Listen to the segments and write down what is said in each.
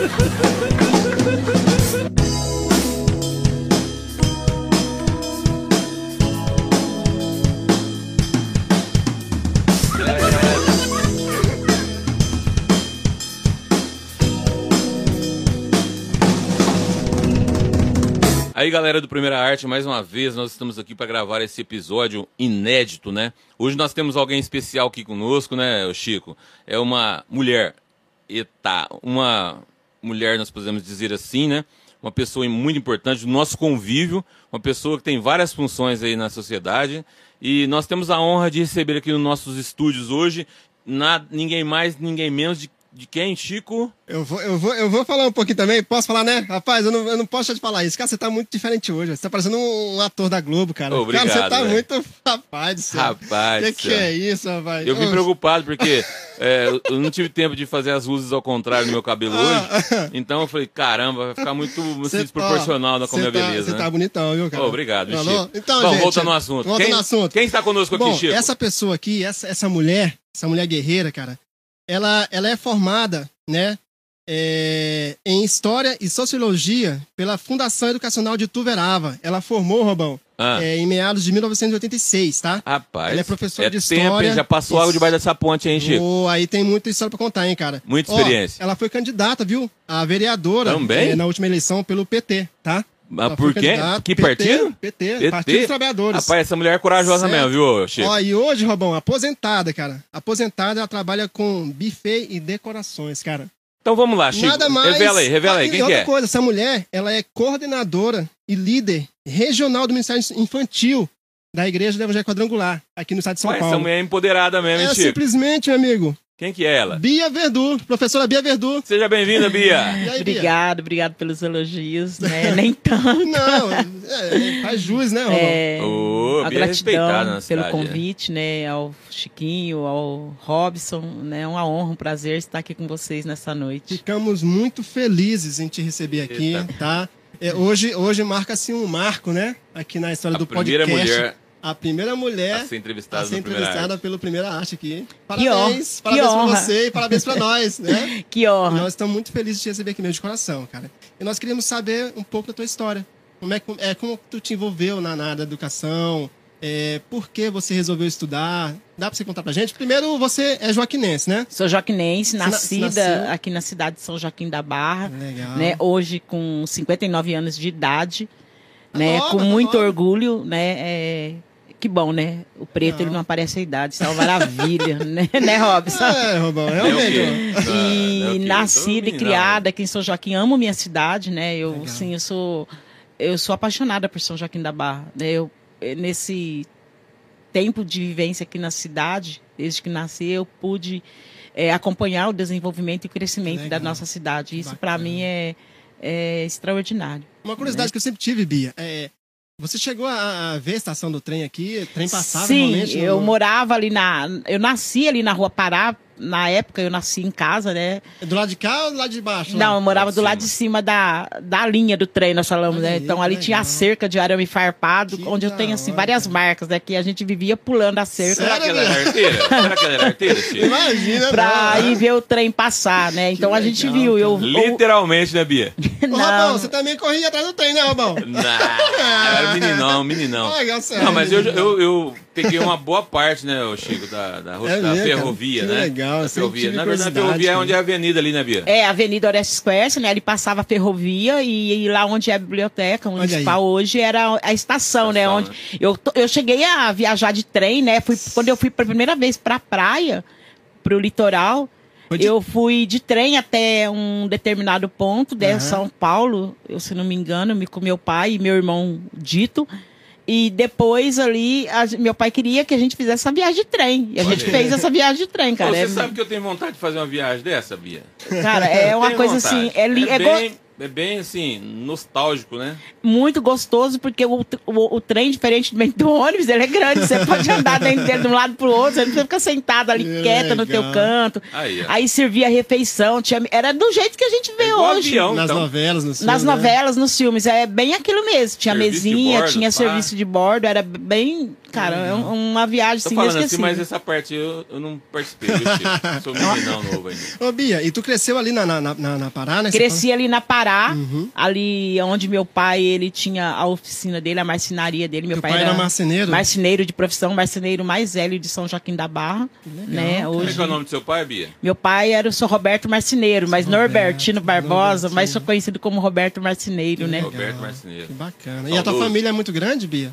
Aí, galera do Primeira Arte, mais uma vez nós estamos aqui para gravar esse episódio inédito, né? Hoje nós temos alguém especial aqui conosco, né, Chico? É uma mulher, uma mulher, nós podemos dizer assim, né? Uma pessoa muito importante do nosso convívio, uma pessoa que tem várias funções aí na sociedade. E nós temos a honra de receber aqui nos nossos estúdios hoje, ninguém mais, ninguém menos de quem, Chico? Eu vou falar um pouquinho também, posso falar, né? Rapaz, eu não posso deixar de falar isso. Cara, você tá muito diferente hoje. Você tá parecendo um ator da Globo, cara. Obrigado, cara, você tá véio. Muito... Rapaz do céu. Rapaz que é isso, rapaz? Eu vim preocupado porque eu não tive tempo de fazer as luzes ao contrário no meu cabelo hoje. Então eu falei, caramba, vai ficar muito desproporcional com a minha beleza, Você tá bonitão, viu, cara? Obrigado, Chico. Então, bom, gente, voltando ao assunto. Quem está conosco aqui, Chico? Essa pessoa aqui, essa mulher guerreira, cara, ela é formada, né, em História e Sociologia pela Fundação Educacional de Ituverava. Ela formou, Robão, em meados de 1986, tá? Rapaz, ela é professora de História. Tempo, hein? Já passou água debaixo dessa ponte, hein, Chico? Aí tem muita história pra contar, hein, cara? Muita experiência. Ela foi candidata, viu, a vereadora na última eleição pelo PT, tá? Mas por quê? Que partido? PT, Partido dos Trabalhadores. Rapaz, essa mulher é corajosa mesmo, viu, Chico? E hoje, Robão, aposentada, cara. Aposentada, ela trabalha com buffet e decorações, cara. Então vamos lá, Chico. Nada mais... Revela aí. Quem que é? Outra coisa, essa mulher, ela é coordenadora e líder regional do Ministério Infantil da Igreja do Evangelho Quadrangular, aqui no estado de São Paulo. Essa mulher é empoderada mesmo, hein, Chico? Simplesmente, meu amigo. Quem que é ela? Bia Verdu, professora Bia Verdu. Seja bem-vinda, Bia. Aí, obrigado pelos elogios, né? Nem tanto. Não, faz jus, né, Robão? A gratidão pelo convite, né? Ao Chiquinho, ao Robson, né? Uma honra, um prazer estar aqui com vocês nessa noite. Ficamos muito felizes em te receber aqui, tá? Hoje marca-se um marco, né? Aqui na história do podcast. A primeira mulher a ser entrevistada pelo Primeira Arte aqui. Parabéns pra você e parabéns pra nós, né? Que honra. Nós estamos muito felizes de te receber aqui mesmo de coração, cara. E nós queríamos saber um pouco da tua história. Como tu te envolveu na área da educação? Por que você resolveu estudar? Dá pra você contar pra gente? Primeiro, você é joaquinense, né? Sou joaquinense, nascida aqui na cidade de São Joaquim da Barra. Legal. Né? Hoje com 59 anos de idade. Né? Com muito orgulho, né? Que bom, né? O preto, ele não aparece a idade, isso é uma maravilha, né, Robson? Robão, realmente. E nascida e criada aqui em São Joaquim, amo minha cidade, né? Eu sou apaixonada por São Joaquim da Barra. Né? Nesse tempo de vivência aqui na cidade, desde que nasci, eu pude acompanhar o desenvolvimento e o crescimento da nossa cidade. Isso, para mim, é extraordinário. Uma curiosidade que eu sempre tive, Bia, você chegou a ver a estação do trem aqui? Trem passava normalmente? Sim, eu morava ali eu nasci ali na Rua Pará. Na época eu nasci em casa, né? Do lado de cá ou do lado de baixo? Não, eu morava do lado de cima da linha do trem, nós falamos, né? Então ali tinha a cerca de arame farpado, onde eu tenho, assim, várias marcas, né? Que a gente vivia pulando a cerca. Será que ela era arteira? Será que ela era arteira, Chico? Imagina, pra ir ver o trem passar, né? Então a gente viu. Literalmente, né, Bia? Ô, Robão, você também corria atrás do trem, né, Robão? Não, era meninão. Não, mas eu peguei uma boa parte, né, Chico, da ferrovia, né? Legal. Ferrovia. Na verdade, a ferrovia é onde é a avenida ali, né, Bia? A Avenida Orestes Quercia, né? Ele passava a ferrovia e lá onde é a biblioteca municipal hoje era a estação, né? Onde eu cheguei a viajar de trem, né? Quando eu fui pela primeira vez pra praia, pro litoral, eu fui de trem até um determinado ponto, de São Paulo, se não me engano, com meu pai e meu irmão Dito. E depois ali, meu pai queria que a gente fizesse essa viagem de trem. E a gente fez essa viagem de trem, cara. Você sabe que eu tenho vontade de fazer uma viagem dessa, Bia? Cara, é uma coisa assim... É bem, assim, nostálgico, né? Muito gostoso, porque o trem, diferente do ônibus, ele é grande. Você pode andar dentro dele de um lado pro outro. Você não precisa ficar sentado ali, quieta no teu canto. Aí servia a refeição. Era do jeito que a gente vê hoje. Avião, nas novelas, nos filmes. Nas novelas, nos filmes. É bem aquilo mesmo. Tinha serviço mesinha, tinha serviço de bordo. Era bem cara. É uma viagem, Tô assim, falando assim, inesquecível. mas essa parte eu não participei, viu, Chico? Sou meninão novo ainda. Ô, Bia, e tu cresceu ali na Pará, né? Cresci ali na Pará, ali onde meu pai, ele tinha a oficina dele, a marcenaria dele. Meu Teu pai pai era marceneiro? Marceneiro de profissão, marceneiro mais velho de São Joaquim da Barra. legal, Né? cara. Como é Hoje, que é o nome do seu pai, Bia? meu pai era o seu Roberto Marceneiro, mas Norbertino Barbosa, Norbertino. mas sou conhecido como Roberto Marceneiro, né? Legal. Roberto Marceneiro. Que bacana. E a tua Saudoso. família é muito grande, Bia?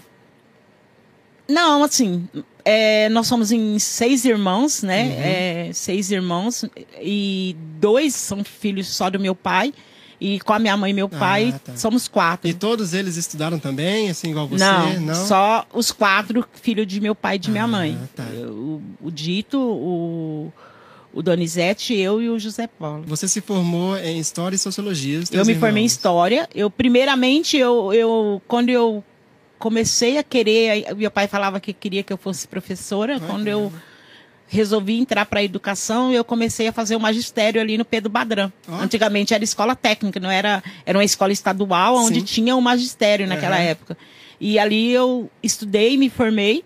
Não, assim, nós somos em 6 irmãos, né? 6 irmãos e 2 são filhos só do meu pai. E com a minha mãe e meu pai, tá. somos 4. E todos eles estudaram também, assim, igual você? Não, só os 4 filhos de meu pai e de minha mãe. tá. O Dito, o Donizete, eu e o José Paulo. Você se formou em História e Sociologia. os Eu teus me formei em irmãos. História. Primeiramente, quando eu comecei a querer, meu pai falava que queria que eu fosse professora. Quando eu resolvi entrar para a educação, eu comecei a fazer o magistério ali no Pedro Badrã. Antigamente era escola técnica, não era uma escola estadual onde Sim. tinha o magistério naquela época. E ali eu estudei, me formei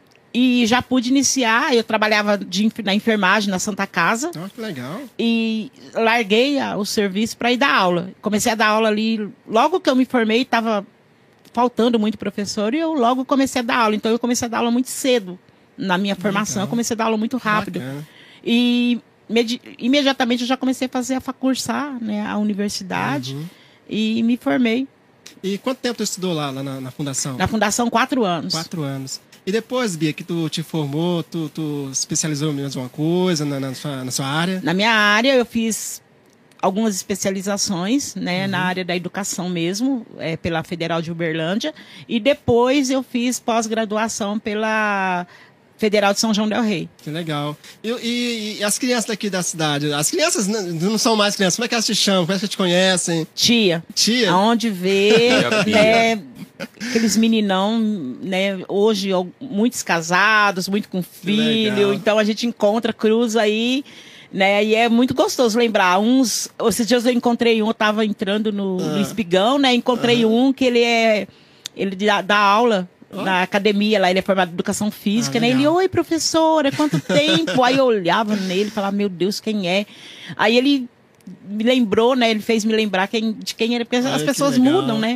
e já pude iniciar. Eu trabalhava na enfermagem na Santa Casa. Ó, que legal. E larguei o serviço para ir dar aula. Comecei a dar aula ali, logo que eu me formei, estava faltando muito professor e eu logo comecei a dar aula. Então eu comecei a dar aula muito cedo na minha formação. Eu comecei a dar aula muito rápido. Bacana. E imediatamente eu já comecei a fazer a facursar, né, a universidade e me formei. E quanto tempo tu estudou lá na fundação? Na fundação, 4 anos. 4 anos. E depois, Bia, que tu te formou, tu especializou em alguma coisa na sua área? Na minha área eu fiz algumas especializações, né, na área da educação mesmo, pela Federal de Uberlândia, e depois eu fiz pós-graduação pela Federal de São João del Rei. Que legal. E as crianças daqui da cidade? As crianças não são mais crianças. Como é que elas te chamam? Como é que te conhecem? Tia. Tia? Aonde vê, Tia. né, aqueles meninão, né, hoje muitos casados, muito com filho, legal. então a gente encontra, cruza aí, né, e é muito gostoso lembrar. Esses dias eu encontrei eu tava entrando no Espigão, né, encontrei um que ele dá aula na academia lá, ele é formado em educação física, né? Ele, oi, professora, quanto tempo? Aí eu olhava nele e falava, meu Deus, quem é? Aí ele me lembrou, né? Ele fez me lembrar de quem era, porque as pessoas mudam, né?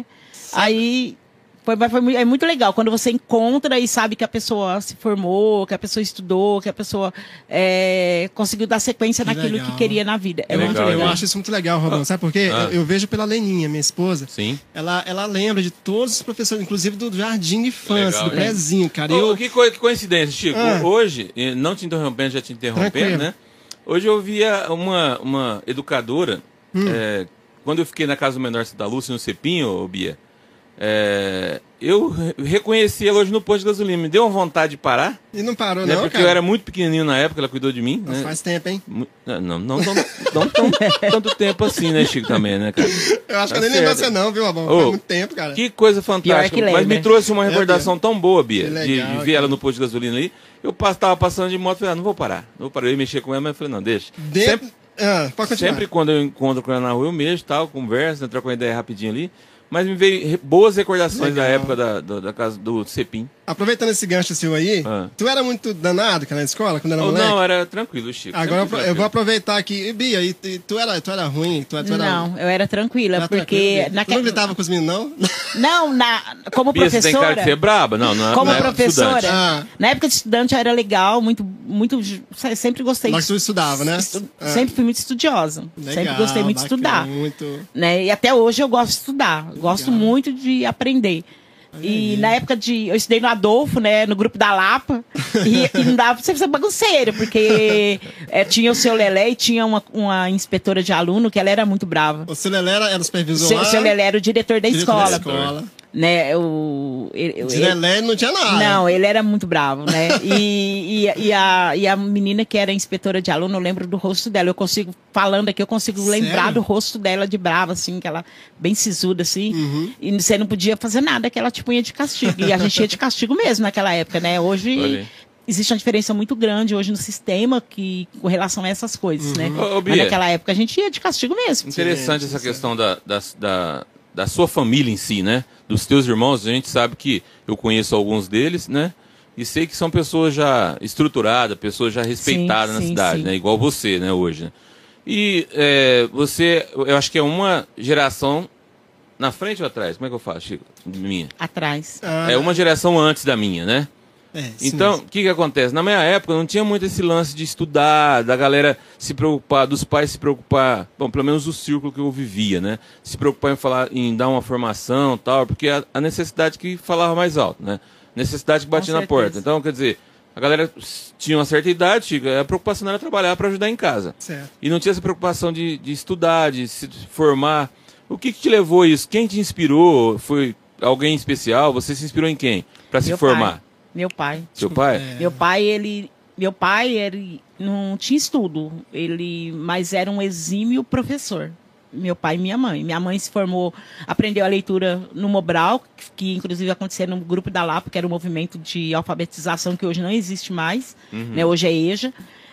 Aí é muito legal quando você encontra e sabe que a pessoa se formou, que a pessoa estudou, que a pessoa conseguiu dar sequência naquilo que queria na vida. É muito legal. Eu acho isso muito legal, Robão. Sabe por quê? Eu vejo pela Leninha, minha esposa. Sim. Ela lembra de todos os professores, inclusive do jardim de infância, Legal, do prézinho, cara. Que coincidência, Chico. Hoje, não te interrompendo, já te interrompendo, Tranquilo. né? Hoje eu via uma educadora, quando eu fiquei na Casa do Menor da Lúcia, no Cepinho, Bia, eu reconheci ela hoje no posto de gasolina. Me deu uma vontade de parar. E não parou, Né? não, Porque cara? eu era muito pequenininho na época, ela cuidou de mim. Mas Né? faz tempo, hein? Não tanto tempo assim, né, Chico, também, né, cara? Eu acho que Tá eu nem lembro certo. você não, viu, Robão? Ô, Faz muito tempo, cara. Que coisa Pior fantástica. que Mas lembra. me trouxe uma recordação tão boa, Bia, Que de legal, ver ela cara. no posto de gasolina ali. Eu tava passando de moto e falei, não vou parar. Eu ia mexer com ela, mas eu falei, não, deixa. Pode continuar. Sempre quando eu encontro com ela na rua, eu mexo, tal, converso, né, troco uma ideia rapidinho ali. Mas me veio boas recordações da época da casa do Cepim. Aproveitando esse gancho seu aí, tu era muito danado, cara, na escola, quando era moleque? Não, era tranquilo, Chico. Agora sempre eu tranquilo. vou aproveitar aqui. E, Bia, tu era ruim? Tu era... Não, eu era tranquila, Era porque... tranquilo? Tu não gritava com os meninos, não? Não, como Bia, você tem cara professora... de ser braba? Não, Como não é professora, estudante. na época de estudante era legal, muito, sempre gostei. Mas tu estudava, né? Sempre fui muito estudiosa. Sempre gostei muito de estudar. Muito... Né? E até hoje eu gosto de estudar. Gosto muito de aprender. E na época eu estudei no Adolfo, né, no grupo da Lapa, e não dava pra você ser bagunceiro, porque tinha o seu Lelé e tinha uma inspetora de aluno que ela era muito brava. O seu Lelé era supervisor O lá? seu Lelé era o diretor da escola. escola. Né, De Lelé não tinha nada. Não, ele era muito bravo, né? E a menina que era inspetora de aluno, eu lembro do rosto dela. Falando aqui, eu consigo lembrar do rosto dela de brava, assim, que ela bem sisuda, assim. E você não podia fazer nada que ela te punha de castigo. E a gente ia de castigo mesmo naquela época, né? Hoje existe uma diferença muito grande hoje no sistema com relação a essas coisas, né? Mas naquela época a gente ia de castigo mesmo. Interessante essa questão da sua família em si, né? Dos teus irmãos, a gente sabe que eu conheço alguns deles, né? e sei que são pessoas já estruturadas, pessoas já respeitadas na cidade, né? Igual você, né, hoje. Né? E você, eu acho que é uma geração na frente ou atrás? Como é que eu faço, Chico? Minha. Atrás. É uma geração antes da minha, né? Então, o sim. que acontece? Na minha época não tinha muito esse lance de estudar, da galera se preocupar, dos pais se preocupar, bom, pelo menos o círculo que eu vivia, né? Se preocupar em falar, em dar uma formação e tal, porque a necessidade que falava mais alto, né? Necessidade que batia na porta. Então, quer dizer, a galera tinha uma certa idade, Chico, a preocupação era trabalhar para ajudar em casa. Certo. E não tinha essa preocupação de estudar, de se formar. O que te levou a isso? Quem te inspirou? Foi alguém especial? Você se inspirou em quem para se formar? Meu pai. Seu pai? Meu pai, ele não tinha estudo, mas era um exímio professor. Meu pai e minha mãe. Minha mãe se formou, aprendeu a leitura no Mobral, que inclusive acontecia no grupo da Lapa, que era um movimento de alfabetização que hoje não existe mais, né? Hoje é EJA.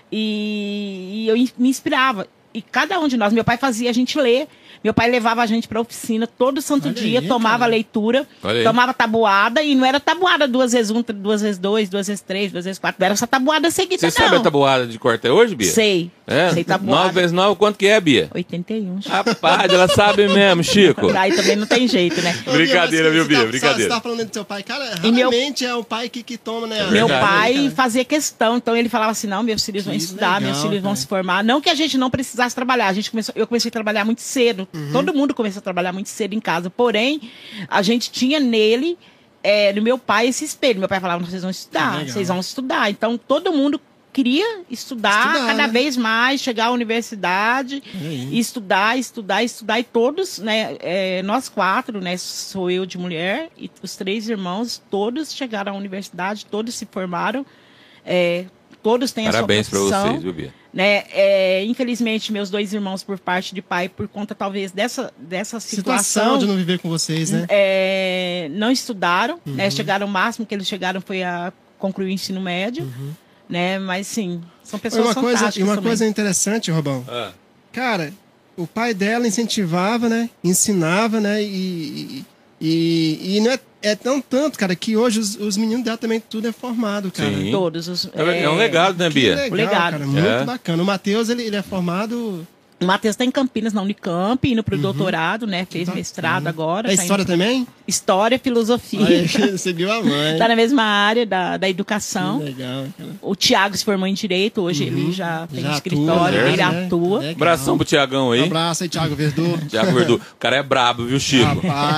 E eu me inspirava. E cada um de nós, meu pai fazia a gente ler. Meu pai levava a gente para a oficina todo santo dia, tomava leitura, tomava tabuada, e não era tabuada 2 vezes 1, 2 vezes 2, 2 vezes 3, 2 vezes 4, não era essa tabuada seguida, Você sabe a tabuada de cor até hoje, Bia? Sei. Sei tabuada. 9 vezes 9, quanto que é, Bia? 81. Rapaz, ela sabe mesmo, Chico. Aí também não tem jeito, né? Brincadeira, viu, Bia? Brincadeira. Você tá falando do seu pai, cara, raramente é o pai que toma, né? Meu pai fazia questão, então ele falava assim, não, meus filhos vão estudar, meus filhos vão se formar. Não que a gente não precisasse trabalhar, eu comecei a trabalhar muito cedo, todo mundo começou a trabalhar muito cedo em casa, porém, a gente tinha nele, no meu pai, esse espelho. Meu pai falava, vocês vão estudar, vocês vão estudar. Então, todo mundo queria estudar cada vez mais, chegar à universidade, e estudar, e todos, né, nós 4, né, sou eu de mulher, e os 3 irmãos, todos chegaram à universidade, todos se formaram, todos têm a sua profissão. Parabéns para vocês, viu, Bia? Né, infelizmente, meus 2 irmãos, por parte de pai, por conta talvez dessa situação de não viver com vocês, né? Não estudaram, né, chegaram, o máximo que eles chegaram foi a concluir o ensino médio, né, mas sim, são pessoas fantásticas. E uma coisa interessante, Robão, cara, o pai dela incentivava, né, ensinava, né, e não é tão tanto, cara, que hoje os meninos dela também tudo é formado, cara. Sim. Todos. É um legado, né, Bia? Legal, cara, muito bacana. O Matheus, ele é formado... O Matheus está em Campinas, na Unicamp, indo para o doutorado, né? Fez mestrado agora. É história também? História, filosofia. Aí, seguiu a mãe. Está na mesma área da educação. Que legal, cara. O Thiago se formou em Direito, hoje ele já tem escritório, ele atua. Legal. Abração pro Tiagão aí. Um abraço aí, Thiago Verdú. Thiago Verdú. O cara é brabo, viu, Chico?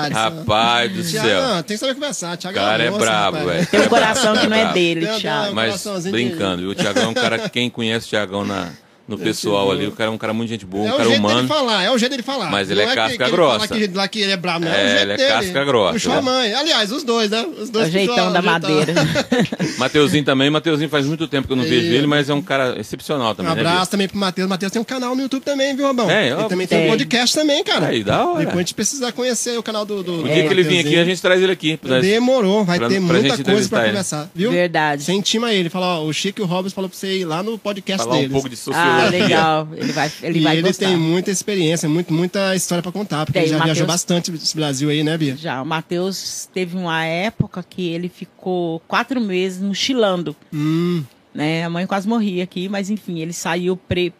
Rapaz do céu. Não, tem que saber conversar. Thiago o cara é brabo, velho. Tem um coração que não é dele, Thiago. Mas brincando, viu? O Tiagão é um cara, quem conhece o Tiagão no pessoal ali, o cara é um cara muito gente boa, um cara humano. É o jeito dele falar. Mas ele é casca grossa. Lá que ele é brabo, não. É o jeito ele é dele. casca grossa. Puxou a mãe. Aliás, os dois, né? Os dois o jeitão da madeira. Mateuzinho também. Mateuzinho faz muito tempo que eu não vejo ele, mas é um cara excepcional também. Um abraço também pro Matheus. Matheus tem um canal no YouTube também, viu, Robão? Ele também tem um podcast também, cara. Aí, da hora. Depois a gente precisa conhecer o canal do O dia que ele vir aqui, a gente traz ele aqui. Demorou. Vai ter muita coisa pra conversar, viu? Verdade. Você intima ele. Fala, ó, o Chico e o Roberts falou pra você ir lá no podcast deles. Falar um pouco de sociologia. Legal. Ele vai gostar. Tem muita experiência, muita história pra contar, porque ele já viajou bastante esse Brasil aí, né, Bia? Já, o Matheus teve uma época que ele ficou 4 meses mochilando. Né? A mãe quase morria aqui, mas enfim, ele saiu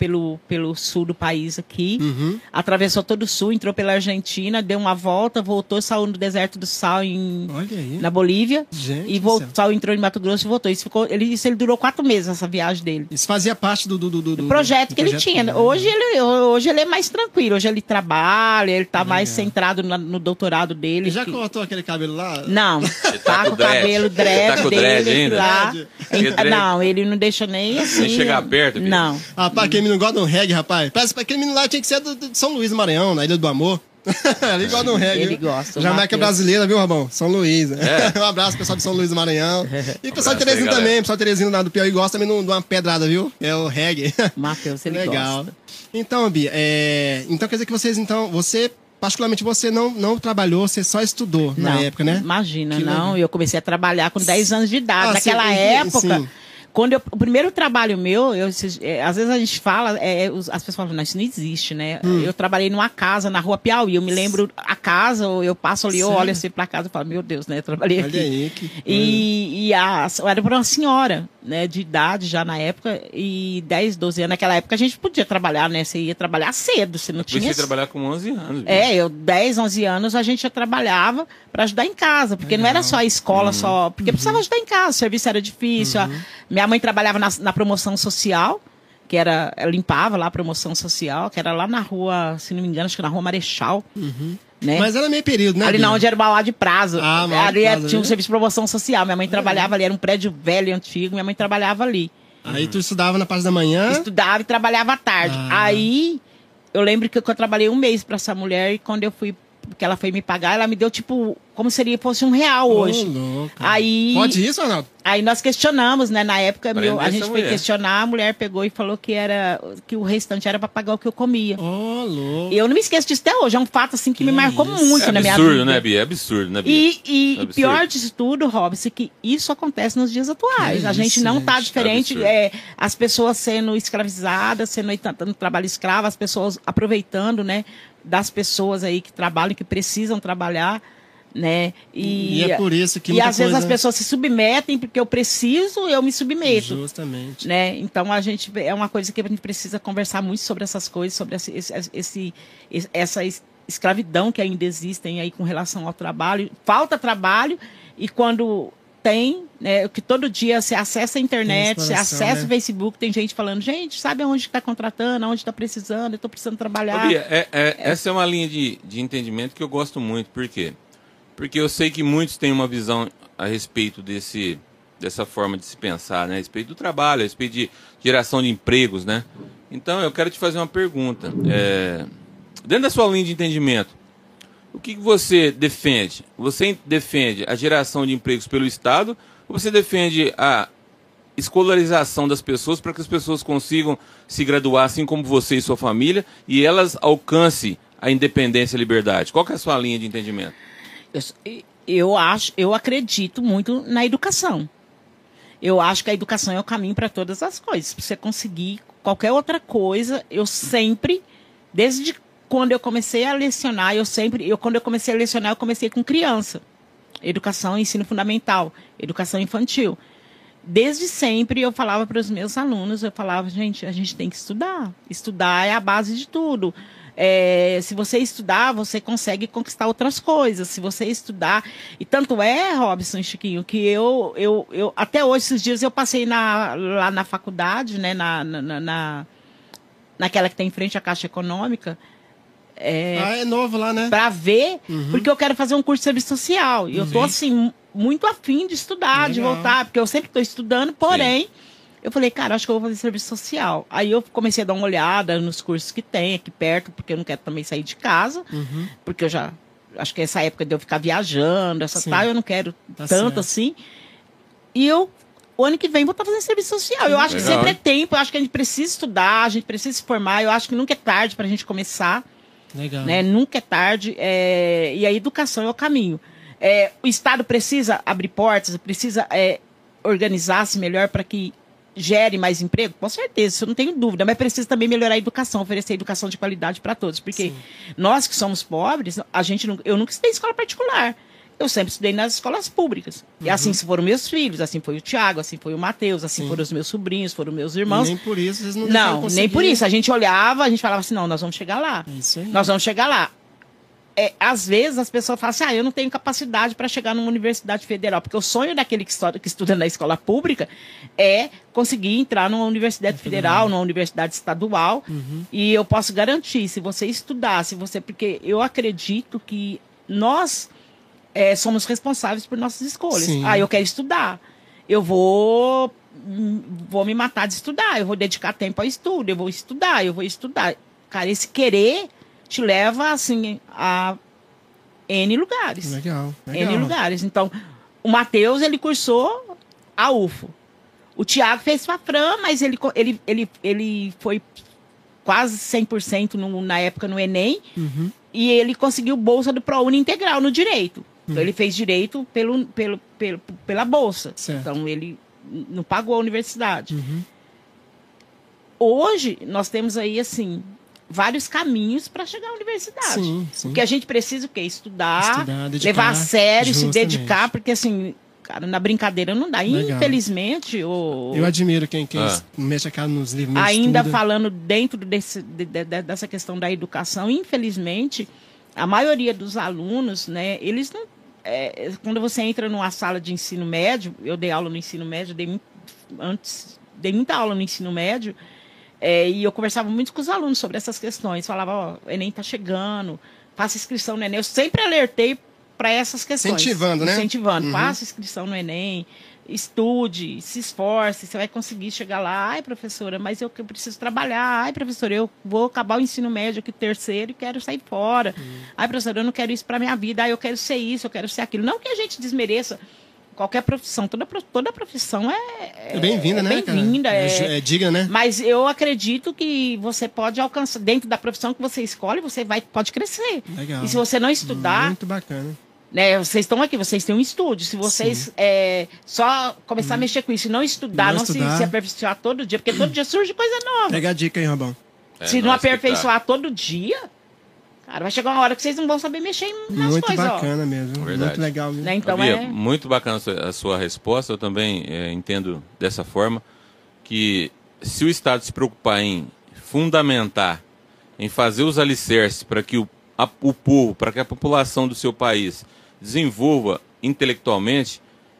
pelo sul do país aqui, atravessou todo o sul, entrou pela Argentina, deu uma volta, voltou, saiu no deserto do sal na Bolívia, e voltou, entrou em Mato Grosso e voltou. Ele durou 4 meses essa viagem dele. Isso fazia parte do projeto que ele tinha. Hoje ele é mais tranquilo, hoje ele trabalha, ele tá mais centrado no doutorado dele. Ele já cortou aquele cabelo lá? Não, tá com o cabelo dread dele lá. Não, ele não deixa nem assim. Nem chegar perto, filho. Não. Rapaz, aquele menino gosta de um reggae, rapaz. Parece que aquele menino lá tinha que ser de São Luís do Maranhão, na Ilha do Amor. Ele gosta de um reggae. Ele gosta. Jamaica brasileira, viu, Rabão? São Luís. Um abraço, pessoal de São Luís do Maranhão. E o pessoal de Teresina também. O pessoal de Teresina lá do Piauí gosta também de uma pedrada, viu? É o reggae. Matheus, ele legal. Gosta. Então, Bia, então quer dizer que você particularmente você não trabalhou, você só estudou na época, né? Imagina, não. Eu comecei a trabalhar com 10 anos de idade. Naquela época... Sim. O primeiro trabalho meu, às vezes a gente fala, as pessoas falam, não, isso não existe, né? Eu trabalhei numa casa na Rua Piauí, eu me lembro a casa, eu passo ali, eu olho assim pra casa e falo, meu Deus, né? Eu trabalhei aqui. Aí, eu era para uma senhora, né, de idade já na época, e 10, 12 anos. Naquela época a gente podia trabalhar, né? Você ia trabalhar cedo, você não tinha... Você ia trabalhar com 11 anos. Eu 10, 11 anos a gente já trabalhava para ajudar em casa, porque não era só a escola, porque precisava ajudar em casa, o serviço era difícil. Minha mãe trabalhava na promoção social, que era, ela limpava lá a promoção social, que era lá na rua, se não me engano, acho que na Rua Marechal. Né? Mas era meio período, né? Ali não, onde era o Mauá de Prazo. Ali tinha um né? serviço de promoção social. Minha mãe trabalhava ali, era um prédio velho e antigo, minha mãe trabalhava ali. Aí tu estudava na parte da manhã? Estudava e trabalhava à tarde. Aí, eu lembro que eu trabalhei um mês para essa mulher e quando eu fui, que ela foi me pagar, ela me deu tipo, como seria, fosse R$1 hoje. Louco. Aí, pode isso, Arnaldo? Aí nós questionamos, né? Na época, a gente foi mulher. questionar, a mulher pegou e falou que o restante era para pagar o que eu comia. Louco. Eu não me esqueço disso até hoje, é um fato assim que me marcou muito na minha vida. Absurdo, né, Bia? É absurdo, né, Bia? E pior disso tudo, Robson, que isso acontece nos dias atuais. A gente não tá diferente, as pessoas sendo escravizadas, sendo no trabalho escravo, as pessoas aproveitando, né, das pessoas aí que trabalham, que precisam trabalhar, né? E é por isso que às vezes as pessoas se submetem porque eu preciso, eu me submeto. Justamente. Né? Então a gente é uma coisa que a gente precisa conversar muito sobre essas coisas, sobre essa escravidão que ainda existem aí com relação ao trabalho. Falta trabalho e quando tem, né, que todo dia você acessa a internet, você acessa o Facebook, tem gente falando, gente, sabe onde está contratando, onde está precisando, eu estou precisando trabalhar. Bia, essa é uma linha de entendimento que eu gosto muito, por quê? Porque eu sei que muitos têm uma visão a respeito dessa forma de se pensar, né? A respeito do trabalho, a respeito de geração de empregos, né? Então, eu quero te fazer uma pergunta. Dentro da sua linha de entendimento, o que você defende? Você defende a geração de empregos pelo Estado ou você defende a escolarização das pessoas para que as pessoas consigam se graduar assim como você e sua família e elas alcancem a independência e a liberdade? Qual que é a sua linha de entendimento? Eu acredito muito na educação. Eu acho que a educação é o caminho para todas as coisas. Para você conseguir qualquer outra coisa, eu sempre, desde quando eu comecei a lecionar, quando eu comecei a lecionar, eu comecei com criança. Educação, ensino fundamental, educação infantil. Desde sempre eu falava para os meus alunos, gente, a gente tem que estudar. Estudar é a base de tudo. Se você estudar, você consegue conquistar outras coisas. Se você estudar... E tanto Robson e Chiquinho, que eu até hoje, esses dias, eu passei lá na faculdade, né, naquela que tem em frente à Caixa Econômica. É novo lá, né? Para ver, porque eu quero fazer um curso de serviço social. E eu tô, assim, muito afim de estudar, de voltar, porque eu sempre estou estudando, porém... Eu falei, cara, acho que eu vou fazer serviço social. Aí eu comecei a dar uma olhada nos cursos que tem aqui perto, porque eu não quero também sair de casa, porque eu já... Acho que essa época de eu ficar viajando, eu não quero tanto certo. Assim. E o ano que vem, vou estar fazendo serviço social. Eu acho que sempre é tempo, eu acho que a gente precisa estudar, a gente precisa se formar, eu acho que nunca é tarde para a gente começar. Legal. Né? Nunca é tarde. E a educação é o caminho. O Estado precisa abrir portas, precisa organizar-se melhor para que gere mais emprego? Com certeza, isso eu não tenho dúvida, mas precisa também melhorar a educação, oferecer educação de qualidade para todos, porque nós que somos pobres, eu nunca estudei em escola particular, eu sempre estudei nas escolas públicas, e assim foram meus filhos, assim foi o Tiago, assim foi o Matheus, assim foram os meus sobrinhos, foram meus irmãos. Nem por isso vocês não nem por isso, a gente olhava, a gente falava assim, não, nós vamos chegar lá, nós vamos chegar lá. Às vezes as pessoas falam assim, eu não tenho capacidade para chegar numa universidade federal, porque o sonho daquele que estuda na escola pública é conseguir entrar numa universidade federal, numa universidade estadual, e eu posso garantir, se você estudar, porque eu acredito que nós somos responsáveis por nossas escolhas. Eu quero estudar, eu vou me matar de estudar, eu vou dedicar tempo ao estudo, eu vou estudar. Cara, esse querer te leva, assim, a N lugares. Legal. N lugares. Então, o Matheus, ele cursou a UFO. O Tiago fez FAFRAM, mas ele foi quase 100% na época no Enem, e ele conseguiu bolsa do ProUni integral no Direito. Então, ele fez Direito pela bolsa. Certo. Então, ele não pagou a universidade. Hoje, nós temos aí, assim, vários caminhos para chegar à universidade. Sim. O que a gente precisa, o quê? Estudar dedicar, levar a sério, justamente. Se dedicar, porque, assim, cara, na brincadeira não dá. Legal. Infelizmente... Eu admiro quem mexe a cara nos livros. Ainda estuda. Falando dentro dessa questão da educação, infelizmente, a maioria dos alunos, né, eles não... quando você entra numa sala de ensino médio, eu dei aula no ensino médio, dei muita aula no ensino médio, e eu conversava muito com os alunos sobre essas questões. Falava, o Enem está chegando, faça inscrição no Enem. Eu sempre alertei para essas questões. Incentivando, né? Incentivando. Faça inscrição no Enem, estude, se esforce, você vai conseguir chegar lá. Ai, professora, mas eu preciso trabalhar. Ai, professora, eu vou acabar o ensino médio aqui, terceiro, e quero sair fora. Ai, professora, eu não quero isso para minha vida. Ai, eu quero ser isso, eu quero ser aquilo. Não que a gente desmereça qualquer profissão, toda profissão é bem-vinda, né? Bem-vinda, é digna, né? Mas eu acredito que você pode alcançar, dentro da profissão que você escolhe, você pode crescer. Legal. E se você não estudar... Muito bacana. Né, vocês estão aqui, vocês têm um estúdio. Se vocês só começar a mexer com isso e não estudar, não se aperfeiçoar todo dia, porque todo dia surge coisa nova. Pega a dica aí, Robão. Se não aperfeiçoar todo dia... Cara, vai chegar uma hora que vocês não vão saber mexer nas muito coisas. Muito bacana mesmo. Verdade. Muito legal. Viu? Né? Então, Bia, muito bacana a sua resposta. Eu também entendo dessa forma que se o Estado se preocupar em fundamentar, em fazer os alicerces para que o povo, para que a população do seu país desenvolva intelectualmente,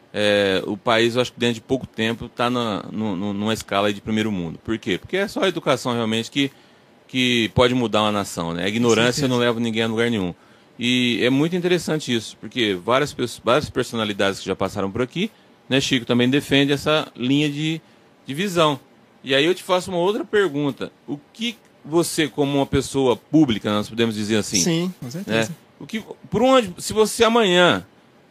o país, eu acho que dentro de pouco tempo, está numa escala de primeiro mundo. Por quê? Porque é só a educação realmente que pode mudar uma nação, né? A ignorância não leva ninguém a lugar nenhum. E é muito interessante isso, porque várias personalidades que já passaram por aqui, né, Chico, também defende essa linha de visão. E aí eu te faço uma outra pergunta. O que você, como uma pessoa pública, nós podemos dizer assim... Sim, com certeza. Né, se você amanhã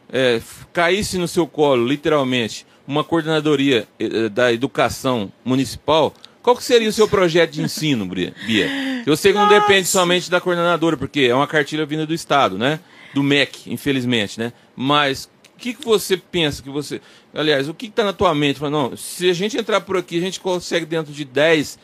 caísse no seu colo, literalmente, uma coordenadoria da educação municipal... Qual que seria o seu projeto de ensino, Bia? Eu sei que não depende somente da coordenadora, porque é uma cartilha vinda do Estado, né? Do MEC, infelizmente, né? Mas o que você pensa que você... Aliás, o que está na tua mente? Não, se a gente entrar por aqui, a gente consegue dentro de 10,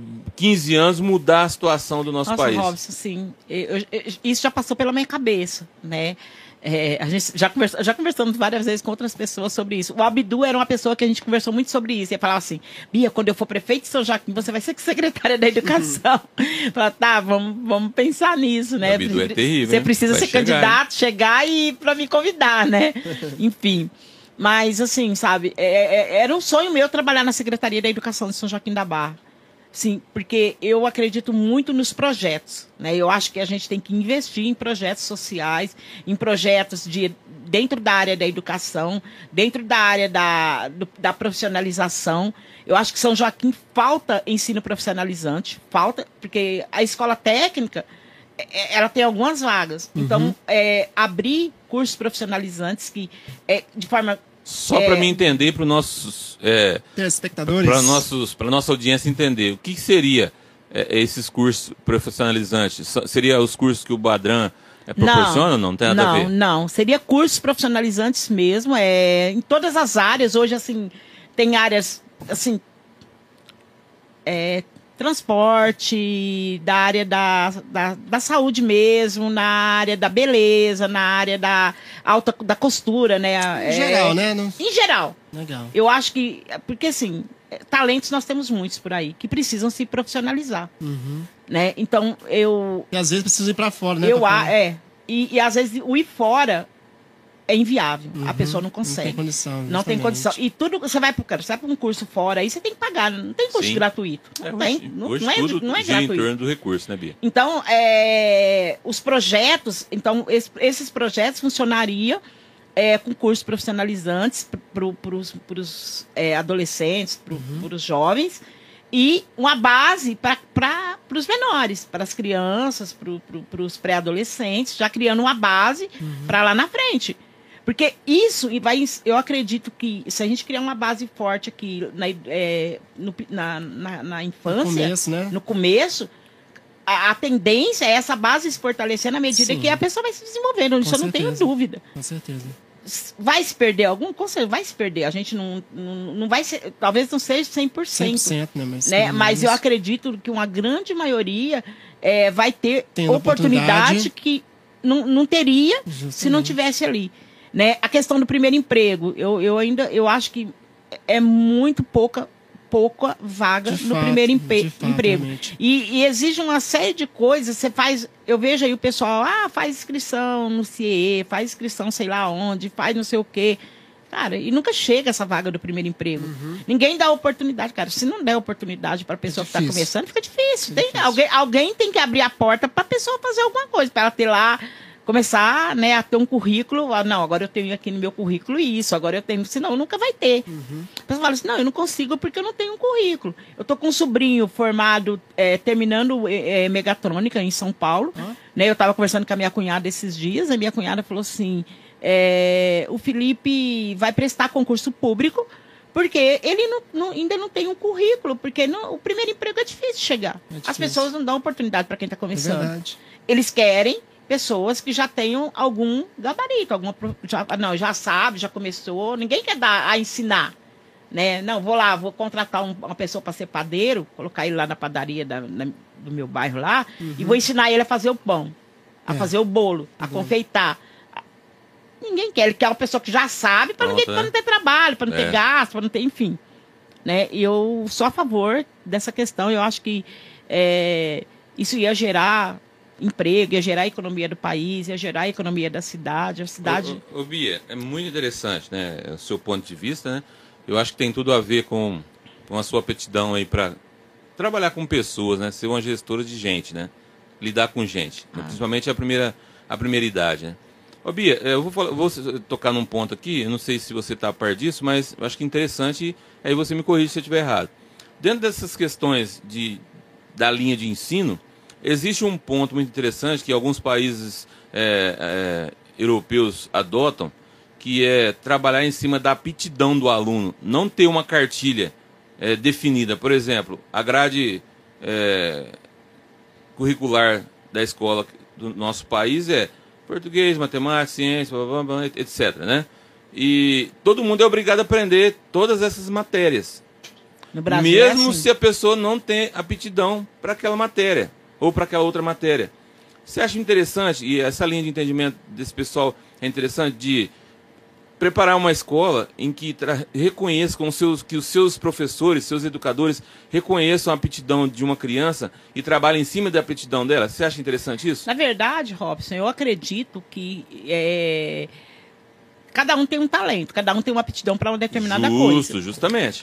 15 anos mudar a situação do nosso país. Robson, sim. Isso já passou pela minha cabeça, né? A gente já conversamos várias vezes com outras pessoas sobre isso. O Abdu era uma pessoa que a gente conversou muito sobre isso. Ele falava assim, Bia, quando eu for prefeito de São Joaquim, você vai ser secretária da educação. Falava, tá, vamos pensar nisso, né? O Abdu é terrível. Você precisa ser candidato, chegar e para me convidar, né? Enfim. Mas, assim, sabe, era um sonho meu trabalhar na Secretaria da Educação de São Joaquim da Barra. Sim, porque eu acredito muito nos projetos, né? Eu acho que a gente tem que investir em projetos sociais, em projetos dentro da área da educação, dentro da área da profissionalização. Eu acho que São Joaquim falta ensino profissionalizante, porque a escola técnica, ela tem algumas vagas. Então, abrir cursos profissionalizantes que, de forma... Só para me entender, para os nossos telespectadores, para nossa audiência entender, o que seria esses cursos profissionalizantes? Seria os cursos que o Badran proporciona ou não? Não tem nada a ver? Não, seria cursos profissionalizantes mesmo, em todas as áreas. Hoje, assim, tem áreas, assim, transporte, da área da saúde mesmo, na área da beleza, na área da costura, né? Em geral, né? Em geral. Legal. Eu acho que... Porque, assim, talentos nós temos muitos por aí, que precisam se profissionalizar. Né? Então, E às vezes precisam ir para fora, né? E às vezes o ir fora é inviável. A pessoa não consegue. Não tem condição. Não tem condição. E tudo, você vai para um curso fora, aí você tem que pagar. Não tem curso gratuito. Hoje não é gira gratuito. em torno do recurso, né, Bia? Então, os projetos... Então, esses projetos funcionariam com cursos profissionalizantes para os adolescentes, para os jovens, e uma base para os menores, para as crianças, para os pré-adolescentes, já criando uma base para lá na frente. Porque isso eu acredito que se a gente criar uma base forte aqui na infância, no começo, a tendência é essa base se fortalecer na medida que a pessoa vai se desenvolvendo. Isso eu não tenho dúvida. Com certeza. vai se perder algum? Com certeza vai se perder. A gente não vai ser, talvez não seja 100%. 100%, né? Mas eu acredito que uma grande maioria vai ter oportunidade que não teria se não tivesse ali. Né? A questão do primeiro emprego, eu acho que é muito pouca vaga no primeiro emprego. E exige uma série de coisas. Você faz, eu vejo aí o pessoal, faz inscrição no CIE, faz inscrição sei lá onde, faz não sei o quê. Cara, e nunca chega essa vaga do primeiro emprego. Ninguém dá oportunidade, cara. Se não der oportunidade para a pessoa que está começando, fica difícil. Alguém tem que abrir a porta para a pessoa fazer alguma coisa, para ela ter lá, começar, né, a ter um currículo. Não, agora eu tenho aqui no meu currículo isso, agora eu tenho, senão nunca vai ter. A pessoa fala assim, não, eu não consigo porque eu não tenho um currículo. Eu tô com um sobrinho formado, terminando megatrônica em São Paulo, né, eu estava conversando com a minha cunhada esses dias, a minha cunhada falou assim, o Felipe vai prestar concurso público porque ele ainda não tem um currículo, porque o primeiro emprego é difícil chegar. As pessoas não dão oportunidade para quem está começando. Eles querem pessoas que já tenham algum gabarito, já sabe, já começou, ninguém quer ensinar, né? Não, vou contratar uma pessoa para ser padeiro, colocar ele lá na padaria do meu bairro lá, e vou ensinar ele a fazer o pão, a fazer o bolo, a confeitar. Ninguém quer, ele quer uma pessoa que já sabe, para não ter trabalho, para não ter gasto, para não ter, enfim. Né? E eu sou a favor dessa questão, eu acho que isso ia gerar emprego, ia gerar a economia do país, ia gerar a economia da cidade. Ô, Bia, é muito interessante, né, o seu ponto de vista, né? Eu acho que tem tudo a ver com a sua aptidão aí para trabalhar com pessoas, né? Ser uma gestora de gente, né? Lidar com gente, né? Principalmente a primeira idade, né? Ô, Bia, eu vou tocar num ponto aqui, eu não sei se você está a par disso, mas eu acho que é interessante, aí você me corrige se eu estiver errado. Dentro dessas questões da linha de ensino, existe um ponto muito interessante que alguns países europeus adotam, que é trabalhar em cima da aptidão do aluno, não ter uma cartilha definida. Por exemplo, a grade curricular da escola do nosso país é português, matemática, ciência, blá, blá, blá, etc. Né? E todo mundo é obrigado a aprender todas essas matérias, no Brasil mesmo se a pessoa não tem aptidão para aquela matéria ou para aquela outra matéria. Você acha interessante, e essa linha de entendimento desse pessoal é interessante, de preparar uma escola em que reconheça que os seus professores, seus educadores reconheçam a aptidão de uma criança e trabalhem em cima da aptidão dela? Você acha interessante isso? Na verdade, Robson, eu acredito que cada um tem um talento, cada um tem uma aptidão para uma determinada coisa. Justamente.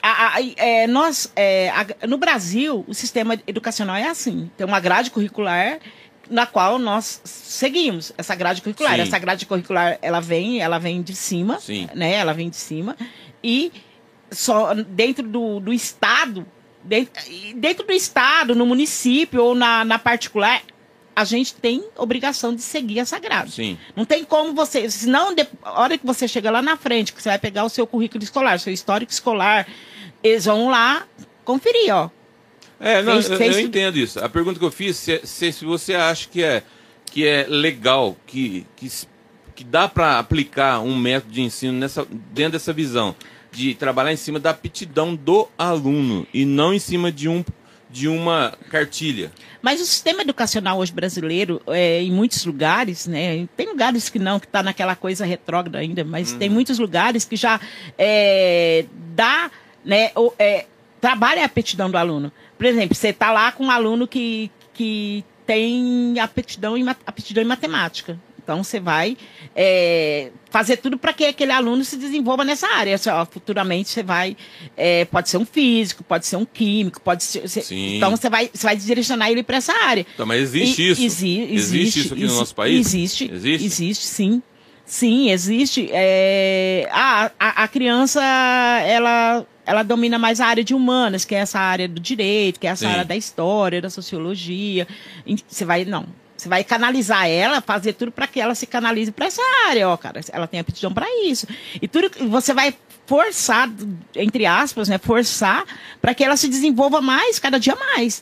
No Brasil, o sistema educacional é assim. Tem uma grade curricular na qual nós seguimos essa grade curricular. Sim. Essa grade curricular, ela vem de cima, sim, né? Ela vem de cima e só dentro do estado, dentro do estado, no município ou na particular, a gente tem obrigação de seguir essa grade. Sim. Não tem como você... Senão, a hora que você chega lá na frente, que você vai pegar o seu currículo escolar, seu histórico escolar, eles vão lá conferir, ó. Eu entendo isso. A pergunta que eu fiz, se você acha que é legal, que dá para aplicar um método de ensino dentro dessa visão, de trabalhar em cima da aptidão do aluno e não em cima de uma cartilha. Mas o sistema educacional hoje brasileiro, em muitos lugares, né, tem lugares que não, que está naquela coisa retrógrada ainda, mas tem muitos lugares que já dá, né, trabalha a aptidão do aluno. Por exemplo, você está lá com um aluno que tem aptidão em matemática. Então, você vai fazer tudo para que aquele aluno se desenvolva nessa área. Futuramente, você vai... pode ser um físico, pode ser um químico, pode ser... Então, você vai direcionar ele para essa área. Então, mas existe isso? Existe isso aqui no nosso país? Existe, sim. Sim, existe. A criança, ela domina mais a área de humanas, que é essa área do direito, que é essa área da história, da sociologia. Você vai canalizar ela, fazer tudo para que ela se canalize para essa área, ó, cara. Ela tem aptidão para isso. E tudo você vai forçar, entre aspas, né, forçar para que ela se desenvolva mais, cada dia mais.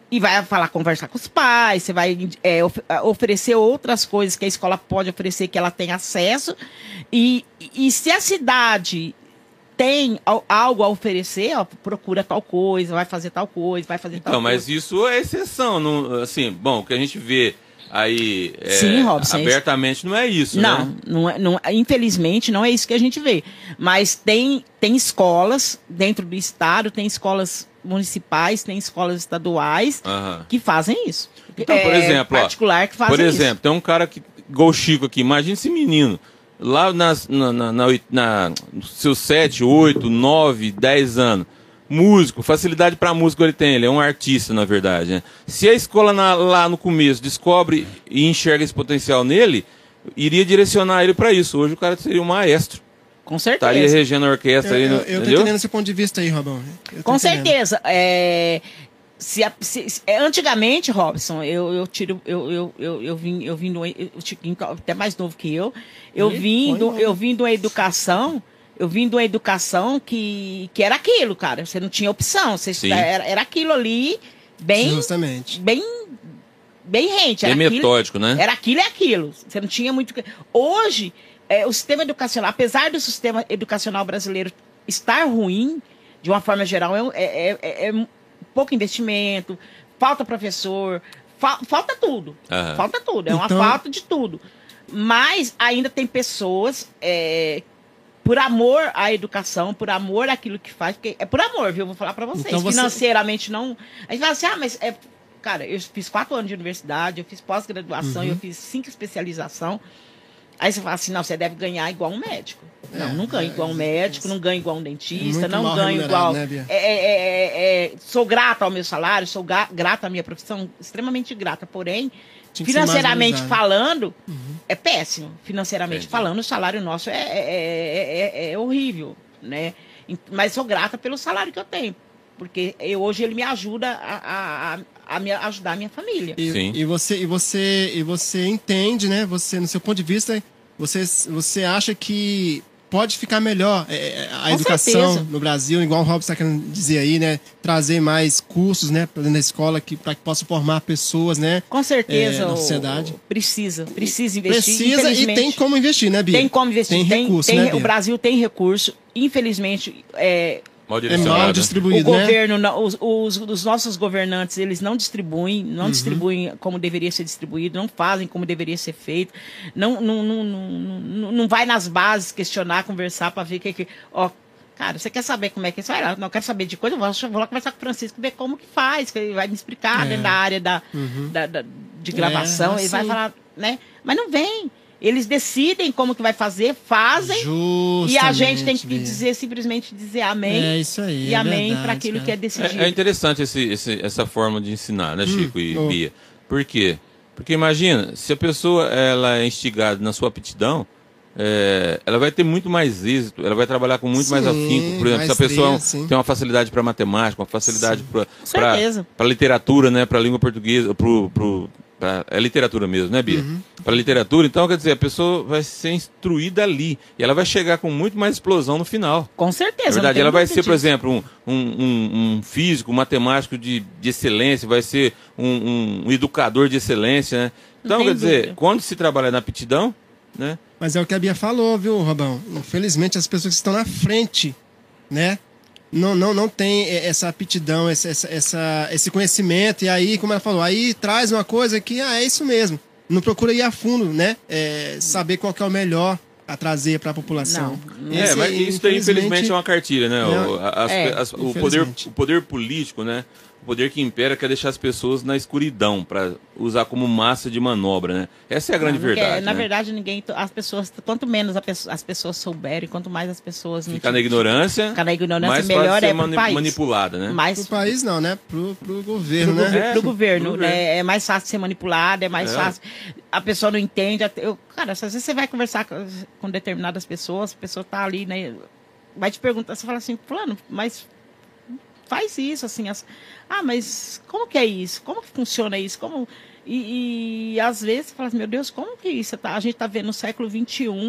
E vai conversar com os pais, você vai oferecer outras coisas que a escola pode oferecer, que ela tem acesso. E se a cidade tem algo a oferecer, ó, procura tal coisa, vai fazer tal coisa, vai fazer tal coisa. Mas isso é exceção. Não, assim, bom, o que a gente vê aí Sim, Robson, abertamente não é isso, né? Não, infelizmente não é isso que a gente vê. Mas tem escolas dentro do estado, tem escolas municipais, tem escolas estaduais que fazem isso. Então, por exemplo, particular que fazem por exemplo, isso. tem um cara que, igual o Chico aqui, imagina esse menino, lá nos seus 7, 8, 9, 10 anos, músico, facilidade para música ele tem, ele é um artista, na verdade, né? Se a escola lá no começo descobre e enxerga esse potencial nele, iria direcionar ele para isso. Hoje o cara seria um maestro. Com certeza. Estaria regendo a orquestra. Eu tô entendendo esse ponto de vista aí, Robão. Com certeza. Antigamente, Robson, eu vim do Chiquinho, até mais novo que eu vim de uma educação que era aquilo, cara. Você não tinha opção. Era aquilo ali, justamente. bem rente. Bem metódico, né? Era aquilo e aquilo. Você não tinha muito. Hoje, o sistema educacional, apesar do sistema educacional brasileiro estar ruim, de uma forma geral, é pouco investimento, falta professor, falta tudo. Falta tudo. É uma falta de tudo. Mas ainda tem pessoas, por amor à educação, por amor àquilo que faz, porque é por amor, viu? Eu vou falar pra vocês. Então financeiramente não. A gente fala assim, mas cara, eu fiz 4 anos de universidade, eu fiz pós-graduação, eu fiz 5 especialização. Aí você fala assim, não, você deve ganhar igual um médico. Não ganho igual um médico, não ganho igual um dentista, não ganho igual... Né, Bia? Sou grata ao meu salário, sou grata à minha profissão, extremamente grata, porém, financeiramente falando, é péssimo. Financeiramente falando, o salário nosso é horrível, né? Mas sou grata pelo salário que eu tenho, porque hoje ele me ajuda a me ajudar a minha família. E você entende, né? Você, no seu ponto de vista, você acha que pode ficar melhor a educação no Brasil, igual o Robson está querendo dizer aí, né? Trazer mais cursos, né, para dentro da escola para que possa formar pessoas, né? Com certeza. Na sociedade. Precisa investir. Precisa e tem como investir, né, Bia? Tem como investir. Tem recurso, né, Bia? O Brasil tem recurso. Infelizmente, mal distribuído, o governo, os nossos governantes, eles não distribuem, distribuem como deveria ser distribuído, não fazem como deveria ser feito, não vai nas bases questionar, conversar para ver o que cara, você quer saber como é que é isso? Vai lá, não quero saber de coisa, eu vou lá conversar com o Francisco, ver como que faz, que ele vai me explicar dentro da área de gravação, ele vai falar, né? Mas não vem. Eles decidem como que vai fazer, fazem, justamente, e a gente tem que simplesmente dizer amém. É isso aí. E amém para aquilo que é decidido. É interessante essa forma de ensinar, né, Chico e Bia? Por quê? Porque imagina, se a pessoa ela é instigada na sua aptidão, ela vai ter muito mais êxito, ela vai trabalhar com muito mais afinco. Por exemplo, se a pessoa tem uma facilidade para matemática, uma facilidade para literatura, né, para língua portuguesa, é literatura mesmo, né, Bia? Para literatura, então, quer dizer, a pessoa vai ser instruída ali. E ela vai chegar com muito mais explosão no final. Com certeza. Na verdade, ela vai ser, por exemplo, um físico, um matemático de excelência, vai ser um educador de excelência, né? Então, quer dizer, quando se trabalha na aptidão, né? Mas é o que a Bia falou, viu, Robão? Infelizmente, as pessoas que estão na frente, né? Não tem essa aptidão, esse conhecimento. E aí, como ela falou, aí traz uma coisa que é isso mesmo. Não procura ir a fundo, né? Saber qual que é o melhor a trazer para a população. Mas isso daí, infelizmente, é uma cartilha, né? O poder político, né? O poder que impera quer deixar as pessoas na escuridão para usar como massa de manobra, né? Essa é a grande verdade. Na verdade, as pessoas, quanto menos as pessoas souberem, quanto mais as pessoas ficar na ignorância, mais melhor é pro país. Manipulada, né? Pro país não, né? Pro governo, né? Pro governo, né? É mais fácil ser manipulado, é mais fácil. A pessoa não entende. Cara, às vezes você vai conversar com determinadas pessoas, a pessoa tá ali, né? Vai te perguntar, você fala assim, fulano, mas faz isso, assim, mas como que é isso? Como que funciona isso? E às vezes você fala assim, meu Deus, como que isso? A gente está vendo no século XXI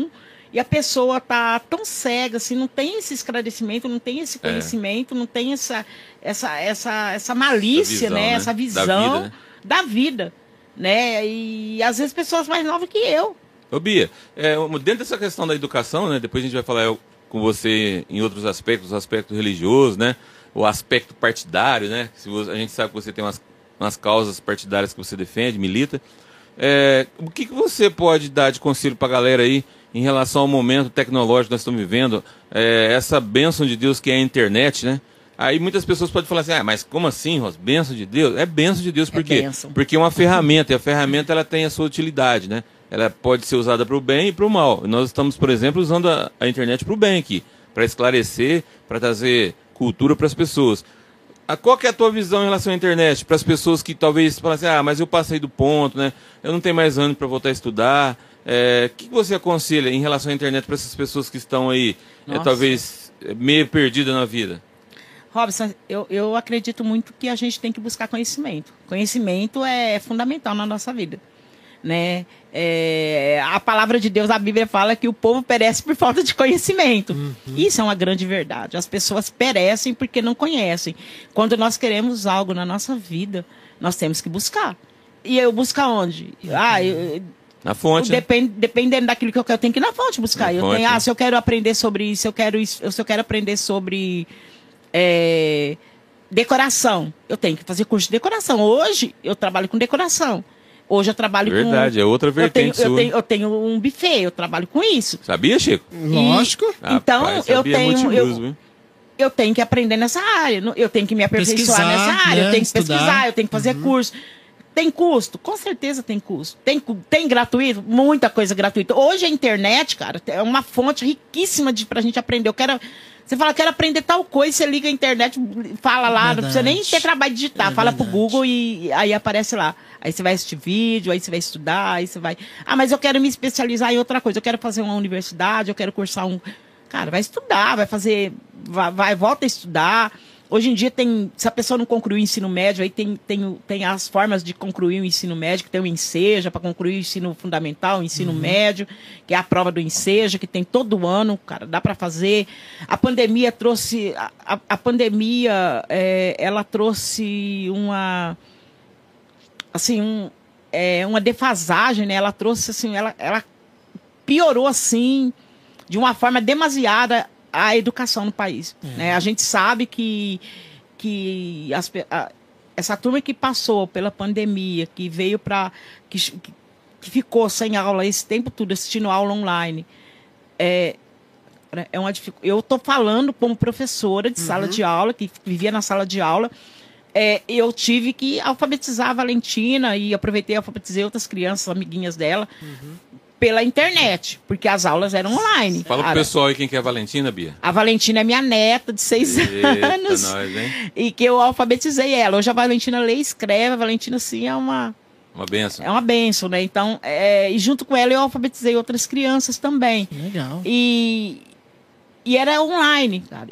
E a pessoa tá tão cega, assim, não tem esse esclarecimento, não tem esse conhecimento, não tem essa malícia, visão, né? Essa visão da vida, né? E às vezes pessoas mais novas que eu. Ô Bia, dentro dessa questão da educação, né? Depois a gente vai falar com você em outros aspectos, o aspecto religioso, né? O aspecto partidário, né? A gente sabe que você tem umas causas partidárias que você defende, milita. O que você pode dar de conselho para a galera aí em relação ao momento tecnológico que nós estamos vivendo, essa bênção de Deus que é a internet, né? Aí muitas pessoas podem falar assim, mas como assim, Rosa? Bênção de Deus? É bênção de Deus, por quê? Porque é uma ferramenta, e a ferramenta ela tem a sua utilidade, né? Ela pode ser usada para o bem e para o mal. Nós estamos, por exemplo, usando a internet para o bem aqui, para esclarecer, para trazer cultura para as pessoas. Qual que é a tua visão em relação à internet? Para as pessoas que talvez falem assim, mas eu passei do ponto, né? Eu não tenho mais ânimo para voltar a estudar. O que você aconselha em relação à internet para essas pessoas que estão aí, talvez, meio perdidas na vida? Robson, eu acredito muito que a gente tem que buscar conhecimento. Conhecimento é fundamental na nossa vida, né? A palavra de Deus, a Bíblia fala que o povo perece por falta de conhecimento. Isso é uma grande verdade. As pessoas perecem porque não conhecem. Quando nós queremos algo na nossa vida, nós temos que buscar. E eu buscar onde? Na fonte. Dependendo daquilo que eu quero, eu tenho que ir na fonte buscar. Se eu quero aprender sobre isso, se eu quero aprender sobre decoração, eu tenho que fazer curso de decoração. Hoje eu trabalho com decoração. Hoje eu trabalho com... Verdade, é outra vertente sua. Eu tenho um buffet, eu trabalho com isso. Sabia, Chico? Lógico. Então, eu tenho que aprender nessa área. Eu tenho que me aperfeiçoar nessa área. Eu tenho que pesquisar, eu tenho que fazer curso. Tem custo? Com certeza tem custo. Tem gratuito? Muita coisa gratuita. Hoje a internet, cara, é uma fonte riquíssima pra gente aprender. Você fala, quero aprender tal coisa, você liga a internet, fala lá, não precisa nem ter trabalho de digitar. Fala pro Google e aí aparece lá. Aí você vai assistir vídeo, aí você vai estudar, aí você vai... mas eu quero me especializar em outra coisa. Eu quero fazer uma universidade, eu quero cursar um... Cara, vai estudar, volta a estudar. Hoje em dia, se a pessoa não concluiu o ensino médio, aí tem as formas de concluir o ensino médio, que tem o Enseja para concluir o ensino fundamental, o ensino médio, que é a prova do Enseja, que tem todo ano, cara, dá para fazer. A pandemia trouxe... A pandemia, ela trouxe uma... Assim, uma defasagem, né? Ela trouxe, assim, ela piorou, assim, de uma forma demasiada a educação no país. Né? A gente sabe que essa turma que passou pela pandemia, que veio para... Que ficou sem aula esse tempo todo, assistindo aula online, uma dificuldade. Eu estou falando como professora de sala de aula, que vivia na sala de aula. Eu tive que alfabetizar a Valentina e aproveitei e alfabetizei outras crianças, amiguinhas dela, pela internet, porque as aulas eram online. Fala pro pessoal aí quem que é a Valentina, Bia. A Valentina é minha neta de 6 anos. Nós, hein? E que eu alfabetizei ela. Hoje a Valentina lê e escreve. A Valentina, sim, é uma benção. É uma benção, né? Então, e junto com ela eu alfabetizei outras crianças também. Legal. E era online, cara.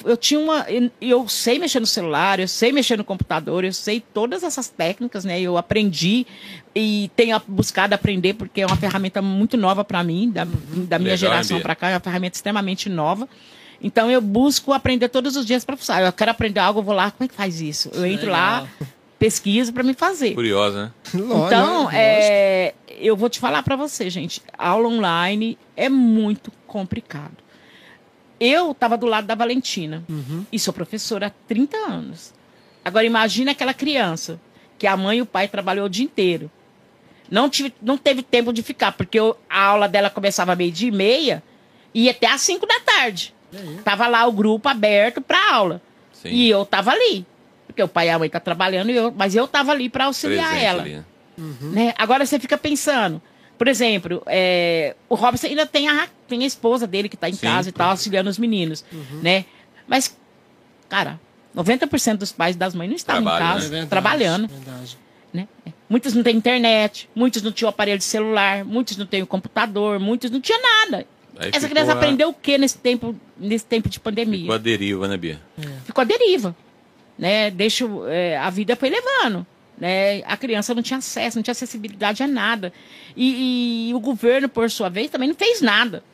Eu sei mexer no celular, eu sei mexer no computador, eu sei todas essas técnicas, né? Eu aprendi e tenho buscado aprender porque é uma ferramenta muito nova para mim, da minha geração para cá, é uma ferramenta extremamente nova. Então eu busco aprender todos os dias para fazer. Eu quero aprender algo, eu vou lá, como é que faz isso? Eu entro lá, pesquiso para me fazer. Curiosa, né? Então, eu vou te falar para você, gente, aula online é muito complicado. Eu estava do lado da Valentina e sou professora há 30 anos. Agora, imagina aquela criança que a mãe e o pai trabalhou o dia inteiro. Não teve tempo de ficar, porque a aula dela começava 12:30 e ia até às 5 da tarde. Tava lá o grupo aberto para aula. Sim. E eu estava ali. Porque o pai e a mãe estão trabalhando, mas eu estava ali para auxiliar ela. Né? Agora você fica pensando... Por exemplo, o Robson ainda tem a esposa dele que está em casa e tal, auxiliando os meninos, né? Mas, cara, 90% dos pais e das mães não estavam em casa, trabalhando. Né? Muitos não têm internet, muitos não tinham aparelho de celular, muitos não têm o computador, muitos não tinham nada. Essa criança aprendeu o que nesse tempo de pandemia? Ficou a deriva, né, Bia? Ficou a deriva. Né? A vida foi levando. Né? A criança não tinha acesso, não tinha acessibilidade a nada. E o governo, por sua vez, também não fez nada.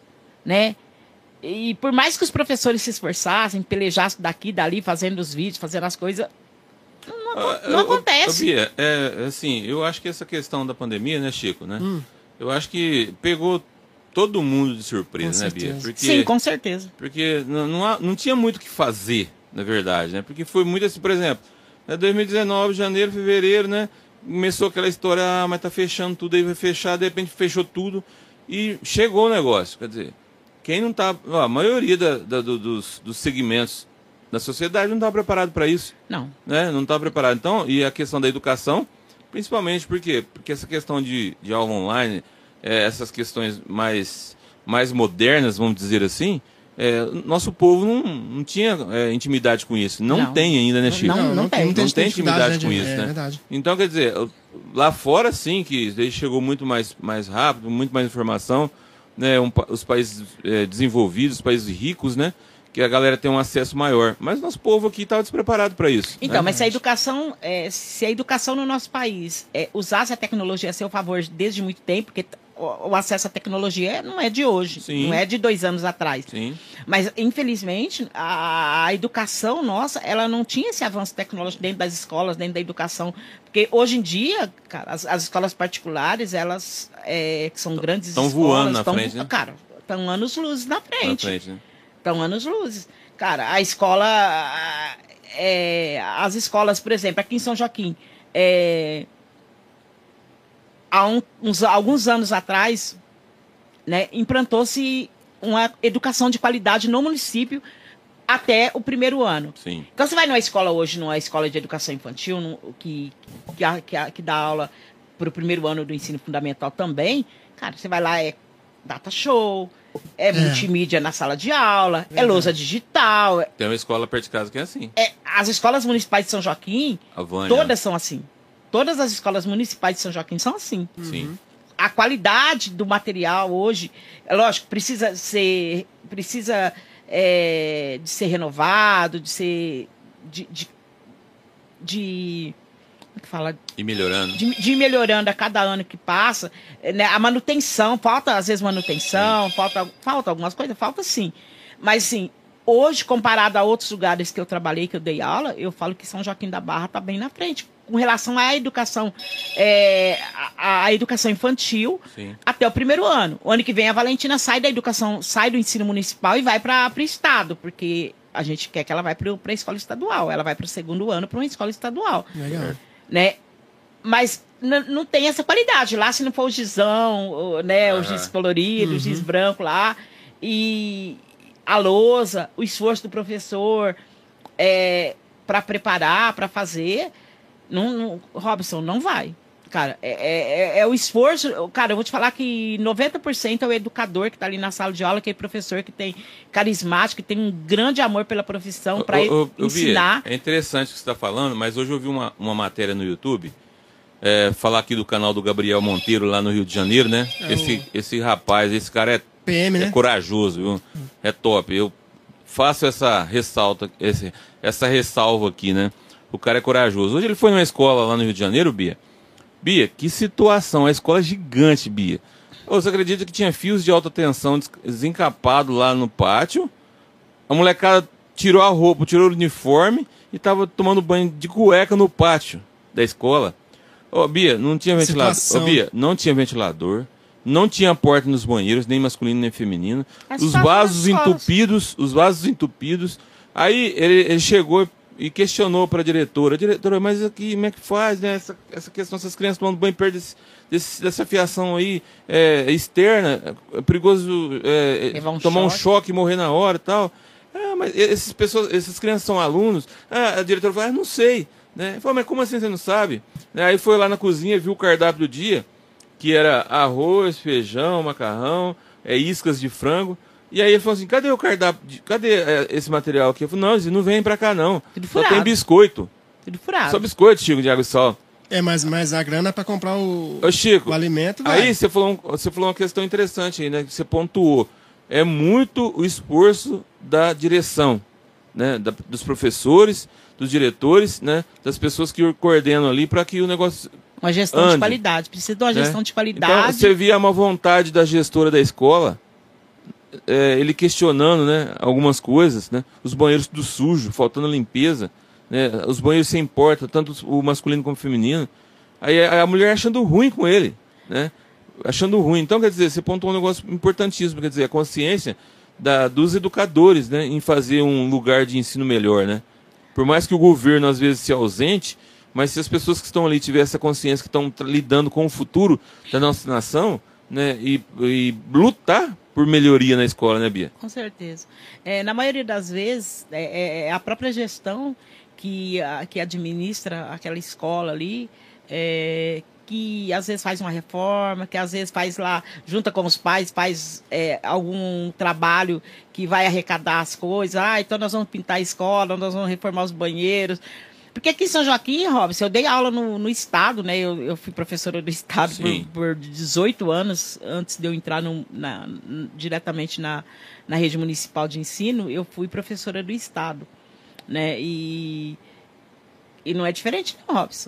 né? E por mais que os professores se esforçassem, pelejassem daqui e dali, fazendo os vídeos, fazendo as coisas, não acontece. Bia, assim, eu acho que essa questão da pandemia, né, Chico, né? Eu acho que pegou todo mundo de surpresa, né, Bia? Porque, sim, com certeza. Porque não tinha muito o que fazer, na verdade, né? Porque foi muito assim, por exemplo, 2019, janeiro, fevereiro, né? Começou aquela história, mas tá fechando tudo, aí vai fechar, de repente fechou tudo e chegou o negócio. Quer dizer, quem não tá, a maioria dos segmentos da sociedade não está preparado para isso. Não. Né? Não está preparado. Então, e a questão da educação, principalmente por quê? Porque essa questão de aula online, essas questões mais modernas, vamos dizer assim, nosso povo não tinha intimidade com isso. Não tem ainda, né, Chico? Não tem intimidade com isso, né? Verdade. Então, quer dizer, lá fora, sim, que chegou muito mais rápido, muito mais informação, né? Os países desenvolvidos, os países ricos, né? Que a galera tem um acesso maior. Mas nosso povo aqui estava despreparado para isso. Então, né? Mas se a educação no nosso país usasse a tecnologia a seu favor desde muito tempo, porque o acesso à tecnologia não é de hoje, Sim. não é de 2 anos atrás. Sim. Mas, infelizmente, a educação nossa, ela não tinha esse avanço tecnológico dentro das escolas, dentro da educação. Porque hoje em dia, cara, as escolas particulares, elas, que são grandes escolas... Estão voando na frente, né? Cara, estão anos-luz na frente. Né? Estão anos-luzes. Cara, a escola... as escolas, por exemplo, aqui em São Joaquim... há alguns anos atrás, né, implantou-se uma educação de qualidade no município até o 1º ano. Sim. Então, você vai numa escola hoje, numa escola de educação infantil, que dá aula para o 1º ano do ensino fundamental também, cara, você vai lá, data show, multimídia na sala de aula, lousa digital. Tem uma escola perto de casa que é assim. As escolas municipais de São Joaquim, todas são assim. Todas as escolas municipais de São Joaquim são assim. Sim. A qualidade do material hoje, lógico, precisa de ser renovado, de ser como é que fala? E melhorando. De ir melhorando a cada ano que passa. Né? A manutenção, falta às vezes manutenção, falta algumas coisas, falta sim. Mas sim, hoje, comparado a outros lugares que eu trabalhei, que eu dei aula, eu falo que São Joaquim da Barra está bem na frente. Com relação à educação, a educação infantil, sim, até o 1º ano. O ano que vem a Valentina sai do ensino municipal e vai para o estado, porque a gente quer que ela vá para a escola estadual. Ela vai para o 2º ano para uma escola estadual. Legal. Né? Mas não tem essa qualidade. Lá, se não for o gizão, né, o giz colorido, o giz branco lá, e a lousa, o esforço do professor para preparar, para fazer... Robson, não vai. Cara, é o esforço. Cara, eu vou te falar que 90% é o educador que está ali na sala de aula, que é professor que tem carismático, que tem um grande amor pela profissão para ensinar. É interessante o que você está falando, mas hoje eu vi uma matéria no YouTube, falar aqui do canal do Gabriel Monteiro lá no Rio de Janeiro, né? Esse rapaz, esse cara PM, né? Corajoso, viu? É top. Eu faço essa ressalva aqui, né? O cara é corajoso. Hoje ele foi numa escola lá no Rio de Janeiro, Bia. Bia, que situação. A escola é gigante, Bia. Você acredita que tinha fios de alta tensão desencapados lá no pátio? A molecada tirou a roupa, tirou o uniforme e tava tomando banho de cueca no pátio da escola. Bia, não tinha ventilador. Bia, não tinha ventilador. Não tinha porta nos banheiros, nem masculino nem feminino. Os vasos entupidos. Aí ele chegou e questionou para a diretora, mas aqui como é que faz, né? Essa questão, essas crianças tomando banho perto dessa fiação aí externa, é perigoso tomar um choque e morrer na hora e tal. Mas essas crianças são alunos? A diretora falou, não sei. Né? Falou, mas como assim você não sabe? Aí foi lá na cozinha, viu o cardápio do dia, que era arroz, feijão, macarrão, iscas de frango. E aí ele falou assim, cadê o cardápio? Cadê esse material aqui? Eu falei, não, não vem pra cá não. Só tem biscoito. Tudo furado. Só biscoito, Chico, de água e sal. Mas a grana é pra comprar o alimento. Aí você falou uma questão interessante aí, né? Que você pontuou. É muito o esforço da direção, né? Dos professores, dos diretores, né? Das pessoas que coordenam ali para que o negócio uma gestão de qualidade. Precisa de uma gestão de qualidade. Então, você via uma vontade da gestora da escola ele questionando, né, algumas coisas, né, os banheiros tudo sujo, faltando limpeza, né, os banheiros sem porta, tanto o masculino como o feminino. Aí a mulher achando ruim com ele, né, achando ruim. Então, quer dizer, você pontuou um negócio importantíssimo, quer dizer, a consciência dos educadores, né, em fazer um lugar de ensino melhor, né. Por mais que o governo às vezes se ausente, mas se as pessoas que estão ali tiverem essa consciência, que estão lidando com o futuro da nossa nação, né, e lutar por melhoria na escola, né, Bia? Com certeza. Na maioria das vezes, é a própria gestão que administra aquela escola ali, que às vezes faz uma reforma, que às vezes faz lá, junta com os pais, faz algum trabalho que vai arrecadar as coisas. Então nós vamos pintar a escola, nós vamos reformar os banheiros. Porque aqui em São Joaquim, Robson, eu dei aula no Estado, né? Eu fui professora do Estado por 18 anos, antes de eu entrar diretamente na rede municipal de ensino, eu fui professora do Estado, né? E não é diferente, não, Robson.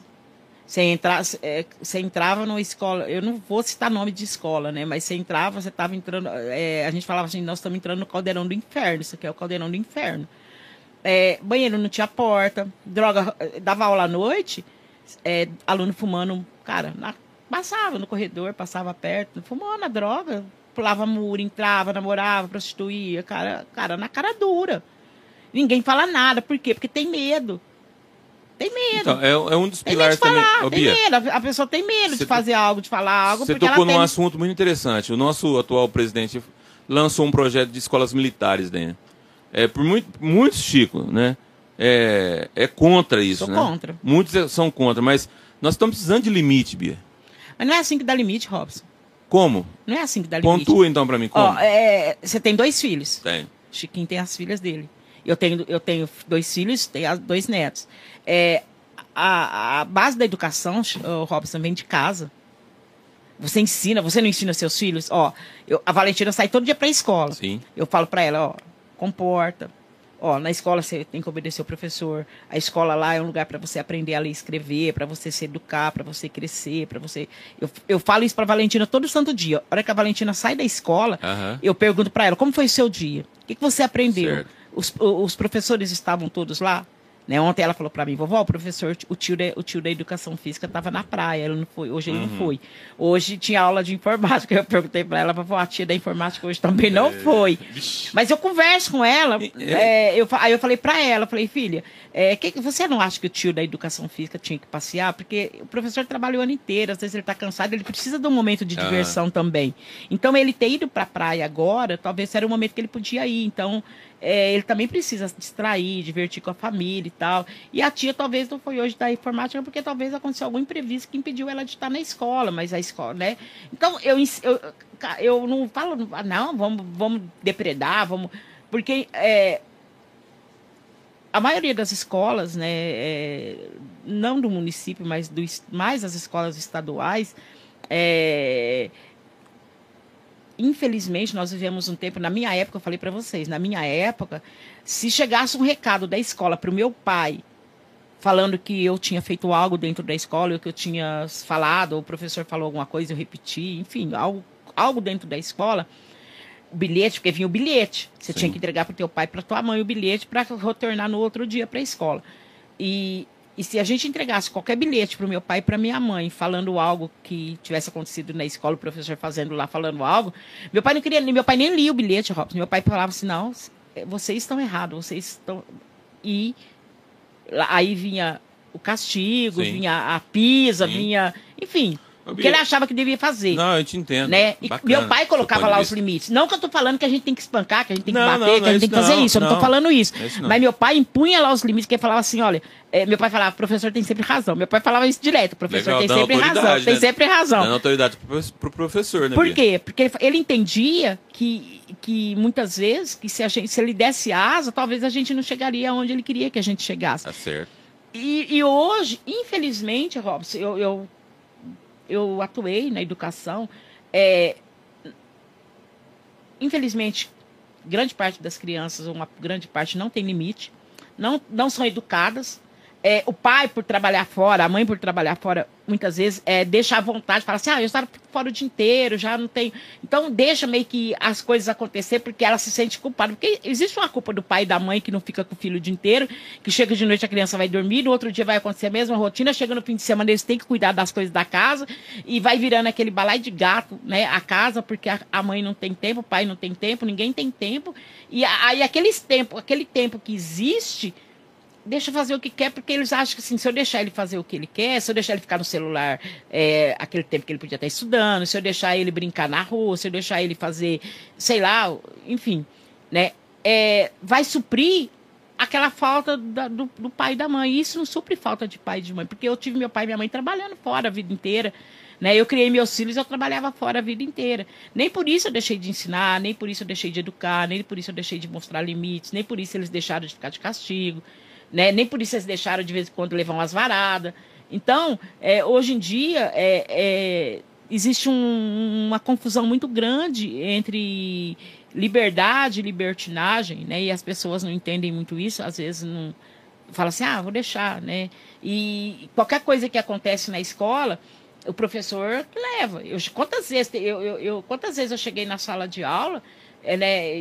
Você entrava numa escola, eu não vou citar nome de escola, né? Mas você entrava, você estava entrando, a gente falava assim, nós estamos entrando no caldeirão do inferno, isso aqui é o caldeirão do inferno. Banheiro não tinha porta, droga, dava aula à noite, aluno fumando, cara, passava no corredor, passava perto, fumando a droga, pulava muro, entrava, namorava, prostituía, cara, na cara dura. Ninguém fala nada, por quê? Porque tem medo. Tem medo. Então, é um dos pilares também. Tem medo, a pessoa tem medo de fazer algo, de falar algo. Você tocou num assunto muito interessante. O nosso atual presidente lançou um projeto de escolas militares, né? Por muitos, Chico, né? É contra isso, Sou né? contra. Muitos são contra, mas nós estamos precisando de limite, Bia. Mas não é assim que dá limite, Robson. Como? Não é assim que dá limite. Pontua então pra mim, como? Você tem 2 filhos. Tem. Chiquinho tem as filhas dele. Eu tenho 2 filhos, tenho 2 netos. A base da educação, Robson, vem de casa. Você ensina, você não ensina seus filhos? A Valentina sai todo dia pra escola. Sim. Eu falo pra ela, comporta. Na escola você tem que obedecer o professor. A escola lá é um lugar para você aprender a ler e escrever, para você se educar, para você crescer, para você... Eu falo isso pra Valentina todo santo dia. A hora que a Valentina sai da escola, eu pergunto para ela, como foi o seu dia? O que você aprendeu? Os professores estavam todos lá? Né? Ontem ela falou para mim, vovó, o tio da educação física estava na praia, ele não foi, hoje ele não foi. Hoje tinha aula de informática, eu perguntei para ela, vovó, a tia da informática hoje também não foi. Mas eu converso com ela, aí eu falei para ela, falei, filha, você não acha que o tio da educação física tinha que passear? Porque o professor trabalha o ano inteiro, às vezes ele está cansado, ele precisa de um momento de diversão também. Então ele ter ido para a praia agora, talvez era o momento que ele podia ir, então... ele também precisa se distrair, divertir com a família e tal. E a tia talvez não foi hoje da informática, porque talvez aconteceu algum imprevisto que impediu ela de estar na escola, mas a escola, né? Então, eu não falo, não, vamos depredar, porque a maioria das escolas, né, não do município, mas mais as escolas estaduais, infelizmente, nós vivemos um tempo, na minha época, eu falei para vocês, na minha época, se chegasse um recado da escola para o meu pai, falando que eu tinha feito algo dentro da escola, ou que eu tinha falado, ou o professor falou alguma coisa, eu repeti, enfim, algo dentro da escola, o bilhete, porque vinha o bilhete, você tinha que entregar para o teu pai e para tua mãe o bilhete para retornar no outro dia para a escola. E se a gente entregasse qualquer bilhete para o meu pai e para minha mãe, falando algo que tivesse acontecido na escola, o professor fazendo lá, falando algo, meu pai nem lia o bilhete, Robson. Meu pai falava assim, não, vocês estão errados, vocês estão... E aí vinha o castigo, vinha a pisa, vinha... Enfim... O que ele achava que devia fazer. Não, eu te entendo. Né? E meu pai colocava lá os limites. Não que eu tô falando que a gente tem que espancar, que a gente tem que bater, que a gente tem que fazer isso. Eu não tô falando isso. Mas meu pai impunha lá os limites, que ele falava assim, olha... meu pai falava, professor tem sempre razão. Meu pai falava isso direto, professor tem sempre razão. Tem sempre razão. Dando autoridade pro professor, né? Por quê? Porque ele entendia que muitas vezes, que se ele desse asa, talvez a gente não chegaria onde ele queria que a gente chegasse. Tá certo. E hoje, infelizmente, Robson, eu atuei na educação. Infelizmente, grande parte das crianças, uma grande parte, não tem limite, não são educadas. o pai por trabalhar fora, a mãe por trabalhar fora, muitas vezes, deixa à vontade, fala assim, eu estava fora o dia inteiro, já não tenho... Então, deixa meio que as coisas acontecer, porque ela se sente culpada. Porque existe uma culpa do pai e da mãe que não fica com o filho o dia inteiro, que chega de noite a criança vai dormir, no outro dia vai acontecer a mesma rotina, chega no fim de semana eles têm que cuidar das coisas da casa, e vai virando aquele balaio de gato, né, a casa, porque a mãe não tem tempo, o pai não tem tempo, ninguém tem tempo, e aí aquele tempo que existe... deixa fazer o que quer, porque eles acham que assim, se eu deixar ele fazer o que ele quer, se eu deixar ele ficar no celular aquele tempo que ele podia estar estudando, se eu deixar ele brincar na rua, se eu deixar ele fazer, sei lá, enfim, né, vai suprir aquela falta do pai e da mãe. E isso não supre falta de pai e de mãe, porque eu tive meu pai e minha mãe trabalhando fora a vida inteira, né, eu criei meus filhos, eu trabalhava fora a vida inteira. Nem por isso eu deixei de ensinar, nem por isso eu deixei de educar, nem por isso eu deixei de mostrar limites, nem por isso eles deixaram de ficar de castigo. Né? Nem por isso eles deixaram de vez em quando levar umas varadas. Então, hoje em dia, existe uma confusão muito grande entre liberdade e libertinagem, né? E as pessoas não entendem muito isso, às vezes não falam assim, vou deixar, né? E qualquer coisa que acontece na escola, o professor leva. Quantas vezes eu cheguei na sala de aula, né?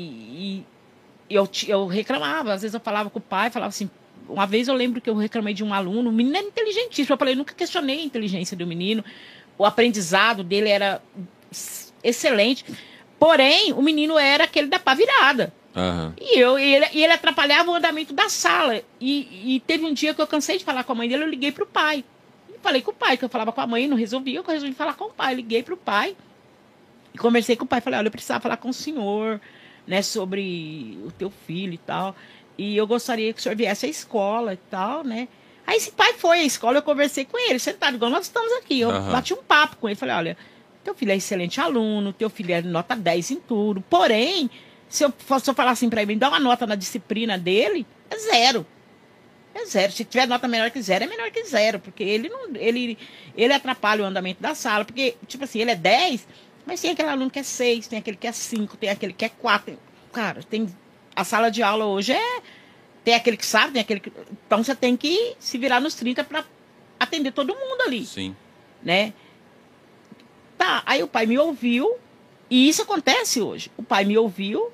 Eu reclamava, às vezes eu falava com o pai, falava assim, uma vez eu lembro que eu reclamei de um aluno, o menino era inteligentíssimo, eu falei, eu nunca questionei a inteligência do menino, o aprendizado dele era excelente, porém, o menino era aquele da pá virada. Uhum. E ele atrapalhava o andamento da sala, e teve um dia que eu cansei de falar com a mãe dele, eu liguei pro pai, e falei com o pai, que eu falava com a mãe, não resolvia, eu resolvi falar com o pai, liguei pro pai, e conversei com o pai, falei, olha, eu precisava falar com o senhor, né, sobre o teu filho e tal, e eu gostaria que o senhor viesse à escola e tal, né. Aí esse pai foi à escola, eu conversei com ele, sentado, igual nós estamos aqui, eu bati um papo com ele, falei, olha, teu filho é excelente aluno, teu filho é nota 10 em tudo, porém, se eu falar assim para ele, dá uma nota na disciplina dele, é zero. É zero. Se tiver nota menor que zero, é menor que zero, porque ele atrapalha o andamento da sala, porque, tipo assim, ele é 10, mas tem aquele aluno que é 6, tem aquele que é 5, tem aquele que é 4. Cara, a sala de aula hoje tem aquele que sabe, tem aquele que... Então você tem que se virar nos 30 para atender todo mundo ali. Sim. Né? Tá, aí o pai me ouviu, e isso acontece hoje. O pai me ouviu,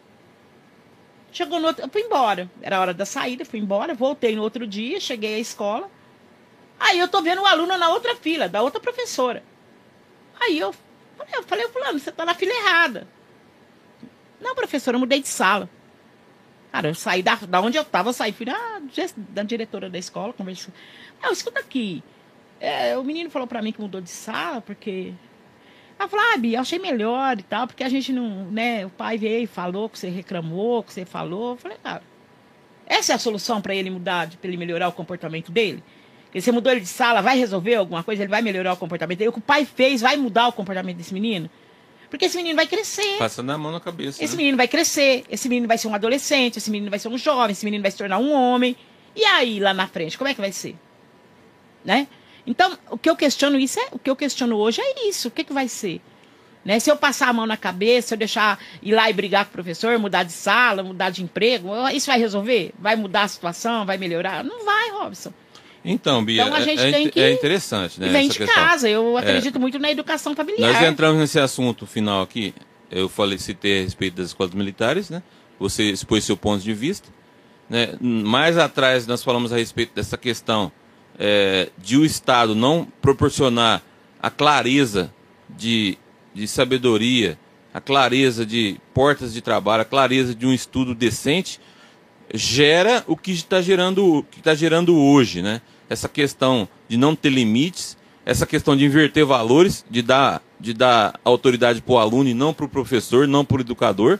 chegou no outro... Eu fui embora. Era a hora da saída, fui embora, voltei no outro dia, cheguei à escola. Aí eu tô vendo o aluno na outra fila, da outra professora. Aí eu falei, fulano, você tá na fila errada. Não, professora, eu mudei de sala. Cara, eu saí da onde eu tava, fui da diretora da escola, conversei. Escuta aqui. O menino falou pra mim que mudou de sala, porque... Ela falou, Bia, eu achei melhor e tal, porque a gente não, né, o pai veio e falou que você reclamou, que você falou. Eu falei, cara, essa é a solução pra ele mudar, pra ele melhorar o comportamento dele? Porque você mudou ele de sala, vai resolver alguma coisa, ele vai melhorar o comportamento dele. O que o pai fez vai mudar o comportamento desse menino? Porque esse menino vai crescer. Passando a mão na cabeça. Esse menino vai crescer, esse menino vai ser um adolescente, esse menino vai ser um jovem, esse menino vai se tornar um homem. E aí, lá na frente, como é que vai ser? Né? Então, o que eu questiono hoje é isso. O que vai ser? Né? Se eu passar a mão na cabeça, se eu deixar ir lá e brigar com o professor, mudar de sala, mudar de emprego, isso vai resolver? Vai mudar a situação? Vai melhorar? Não vai, Robson. Então, Bia, então, a gente tem que é interessante, né? Vem de casa. Eu acredito muito na educação familiar. Nós entramos nesse assunto final aqui. Eu citei a respeito das escolas militares, né? Você expôs seu ponto de vista. Né? Mais atrás, nós falamos a respeito dessa questão de o Estado não proporcionar a clareza de sabedoria, a clareza de portas de trabalho, a clareza de um estudo decente, gera o que está gerando hoje, né? Essa questão de não ter limites, essa questão de inverter valores, de dar autoridade para o aluno e não para o professor, não para o educador,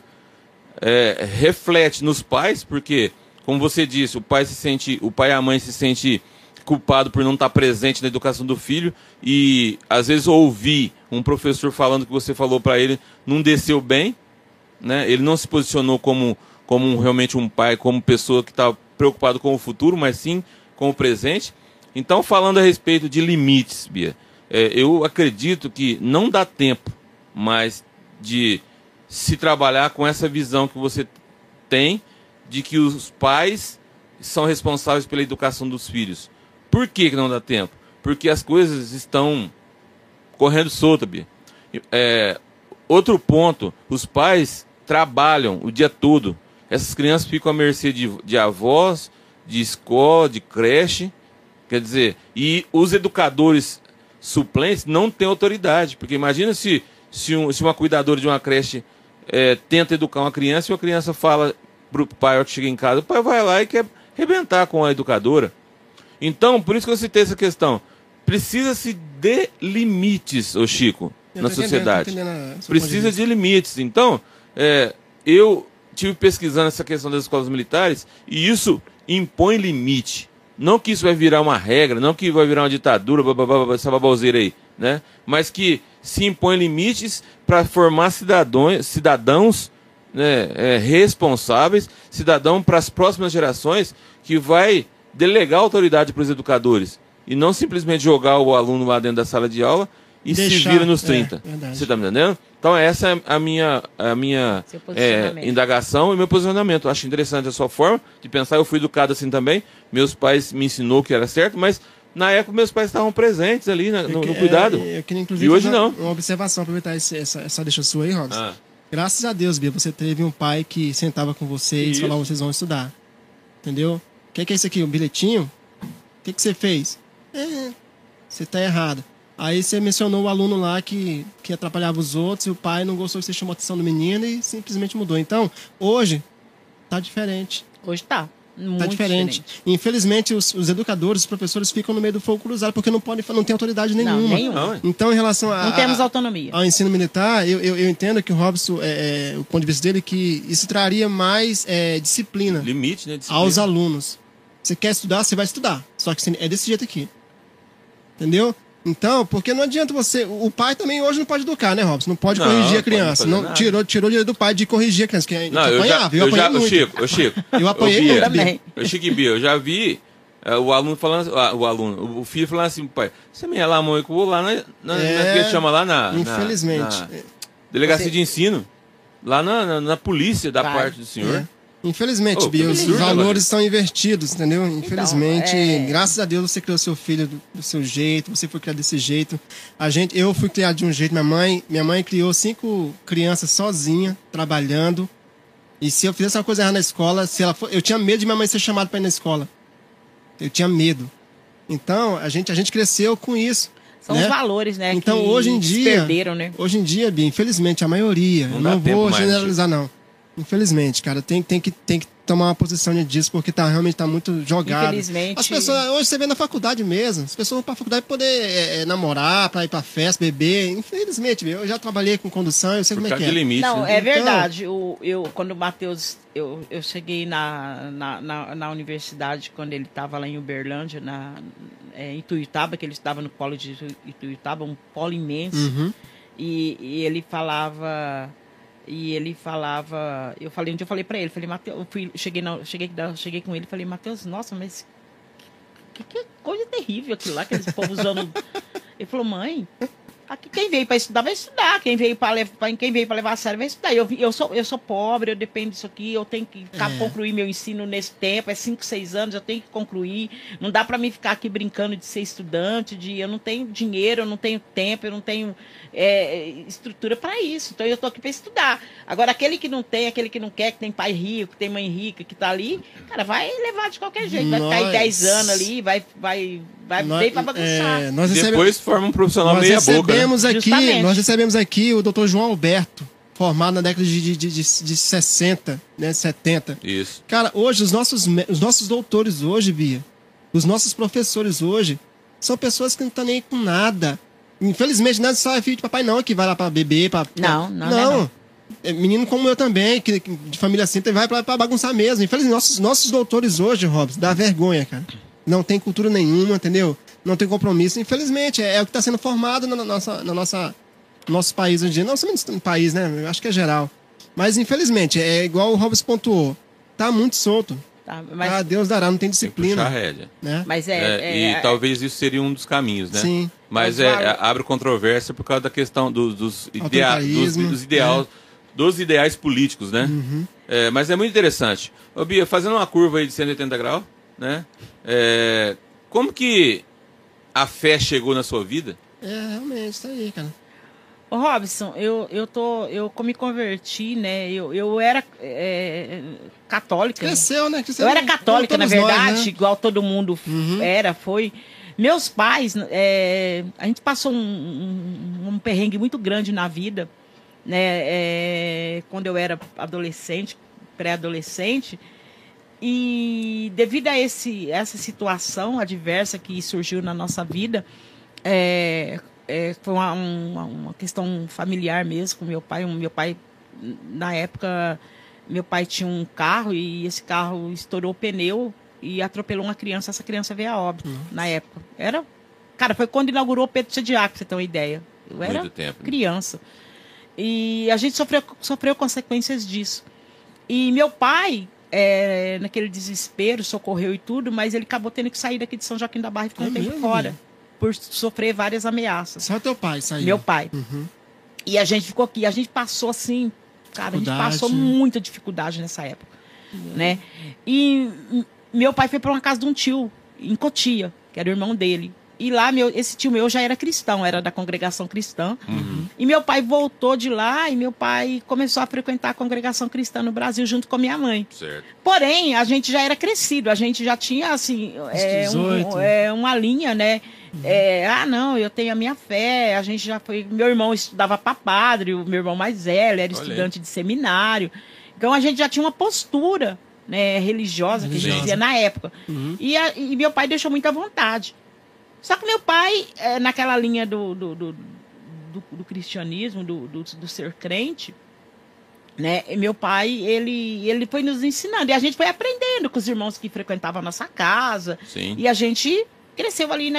reflete nos pais, porque, como você disse, o pai e a mãe se sente culpado por não estar presente na educação do filho, e às vezes ouvir um professor falando que você falou para ele não desceu bem, né? Ele não se posicionou como realmente um pai, como pessoa que está preocupado com o futuro, mas sim com o presente. Então, falando a respeito de limites, Bia, eu acredito que não dá tempo mais de se trabalhar com essa visão que você tem de que os pais são responsáveis pela educação dos filhos. Por que não dá tempo? Porque as coisas estão correndo solta, Bia. Outro ponto, os pais trabalham o dia todo. Essas crianças ficam à mercê de avós, de escola, de creche. Quer dizer, e os educadores suplentes não têm autoridade. Porque imagina se uma cuidadora de uma creche tenta educar uma criança e a criança fala para o pai que chega em casa, o pai vai lá e quer arrebentar com a educadora. Então, por isso que eu citei essa questão. Precisa-se de limites, ô Chico, na sociedade. Precisa de limites. Então, eu tive pesquisando essa questão das escolas militares e isso impõe limite. Não que isso vai virar uma regra, não que vai virar uma ditadura, essa baboseira aí, né? Mas que se impõe limites para formar cidadãos né, responsáveis, cidadão para as próximas gerações, que vai delegar autoridade para os educadores e não simplesmente jogar o aluno lá dentro da sala de aula e se vira nos 30. Você está me entendendo? Então essa é a minha indagação e meu posicionamento. Eu acho interessante a sua forma de pensar. Eu fui educado assim também. Meus pais me ensinou que era certo, mas na época meus pais estavam presentes ali no cuidado. Eu queria inclusive e hoje não. Uma observação, aproveitar essa deixa sua aí, Robson. Graças a Deus, Bia, você teve um pai que sentava com vocês e falava, vocês vão estudar. Entendeu? O que é isso aqui? Um bilhetinho? O que você fez? Você está errado. Aí você mencionou o aluno lá que atrapalhava os outros e o pai não gostou que você chamou a atenção do menino e simplesmente mudou. Então, hoje, tá diferente. Hoje tá. Tá diferente. Infelizmente, os educadores, os professores ficam no meio do fogo cruzado porque não tem autoridade nenhuma. Não. Então, em relação não temos autonomia. Ao ensino militar, eu entendo que o Robson, o ponto de vista dele, que isso traria mais disciplina, limite, né? Disciplina. Aos alunos. Você quer estudar, você vai estudar. Só que é desse jeito aqui. Entendeu? Então, porque não adianta você... O pai também hoje não pode educar, né, Robson? Não pode corrigir a criança. Não tirou o direito do pai de corrigir a criança. Que não, eu apanhei muito. Chico. Eu apanhei muito também. Chico e Bia, eu já vi o aluno falando... o filho falando assim, pai, você me lá, mãe, que eu vou lá que chama lá na... Infelizmente. Na delegacia de ensino. Lá na polícia da parte do senhor. Infelizmente, Bia, os valores estão invertidos, entendeu? Infelizmente, graças a Deus você criou seu filho do seu jeito, você foi criado desse jeito. Eu fui criado de um jeito, minha mãe criou 5 crianças sozinha, trabalhando. E se eu fizesse uma coisa errada na escola, eu tinha medo de minha mãe ser chamada para ir na escola. Eu tinha medo. Então, a gente cresceu com isso. São os valores, né? Então, que hoje em dia, perderam, né? Hoje em dia, Bia, infelizmente, a maioria, não vou generalizar, não. Infelizmente, cara, tem que tomar uma posição disso, porque realmente tá muito jogado. Infelizmente. As pessoas, hoje você vê na faculdade mesmo, as pessoas vão pra faculdade poder namorar, pra ir pra festa, beber. Infelizmente, eu já trabalhei com condução, eu sei como é que é. Limite, não, né? É verdade. Quando o Matheus, eu cheguei na universidade, quando ele estava lá em Uberlândia, em Ituiutaba, que ele estava no polo de Ituiutaba, um polo imenso, e ele falava... um dia eu falei pra ele, Matheus, cheguei com ele e falei, Matheus, nossa, mas que coisa terrível aquilo lá, aqueles povo usando. Ele falou, mãe, aqui quem veio pra estudar vai estudar, quem veio pra levar a sério vai estudar. Eu sou pobre, eu dependo disso aqui, eu tenho que concluir meu ensino nesse tempo, 5, 6 anos, eu tenho que concluir. Não dá pra mim ficar aqui brincando de ser estudante, eu não tenho dinheiro, eu não tenho tempo, eu não tenho estrutura para isso. Então eu tô aqui para estudar. Agora, aquele que não tem, aquele que não quer, que tem pai rico, que tem mãe rica, que tá ali, cara, vai levar de qualquer jeito. Vai ficar aí 10 anos ali, vai bem para bagunçar. Depois forma um profissional meia boca. Né? Nós recebemos aqui o Dr. João Alberto, formado na década de 60, né, 70. Isso. Cara, hoje, os nossos doutores hoje, Bia, os nossos professores hoje, são pessoas que não estão nem aí com nada. Infelizmente, não é só filho de papai, não, que vai lá pra beber. Não. É menino como eu também, que de família assim, vai pra bagunçar mesmo. Infelizmente, nossos doutores hoje, Robson, dá vergonha, cara. Não tem cultura nenhuma, entendeu? Não tem compromisso. Infelizmente, é o que está sendo formado no nosso país hoje em dia. Não somente no país, né? Eu acho que é geral. Mas, infelizmente, é igual o Robson pontuou. Tá muito solto. Mas Deus dará, não tem disciplina. Tem que puxar a rédea. Né? Mas e talvez isso seria um dos caminhos, né? Sim. Mas abre controvérsia por causa da questão dos ideais políticos, né? Uhum. Mas é muito interessante. Ô, Bia, fazendo uma curva aí de 180 graus, né? Como que a fé chegou na sua vida? Realmente, isso aí, cara. Ô, Robson, eu me converti, né? Eu era católica. Cresceu, né? Eu era católica, na verdade, nós, né? igual todo mundo foi. Meus pais, a gente passou um perrengue muito grande na vida, né? Quando eu era adolescente, pré-adolescente. E devido a essa situação adversa que surgiu na nossa vida, foi uma questão familiar mesmo com meu pai. Meu pai, na época, meu pai tinha um carro e esse carro estourou o pneu e atropelou uma criança. Essa criança veio a óbito na época. Cara, foi quando inaugurou o Pedro Sediac, pra você ter uma ideia. Eu era criança. E a gente sofreu consequências disso. E meu pai, naquele desespero, socorreu e tudo, mas ele acabou tendo que sair daqui de São Joaquim da Barra e ficou um tempo fora, por sofrer várias ameaças. Só teu pai saiu? Meu pai. E a gente ficou aqui. A gente passou assim, cara, a gente passou muita dificuldade nessa época, né? E meu pai foi para uma casa de um tio, em Cotia, que era o irmão dele. E lá, esse tio meu já era cristão, era da congregação cristã. E meu pai voltou de lá e meu pai começou a frequentar a congregação cristã no Brasil junto com a minha mãe. Certo. Porém, a gente já era crescido, a gente já tinha, assim, uma linha, né? Não, eu tenho a minha fé, a gente já foi... Meu irmão estudava para padre, o meu irmão mais velho era estudante de seminário. Então, a gente já tinha uma postura, né, religiosa, que a gente dizia na época. E meu pai deixou muita vontade. Só que meu pai, naquela linha do cristianismo, do ser crente, né? Meu pai, ele foi nos ensinando. E a gente foi aprendendo com os irmãos que frequentavam a nossa casa. Sim. E a gente cresceu ali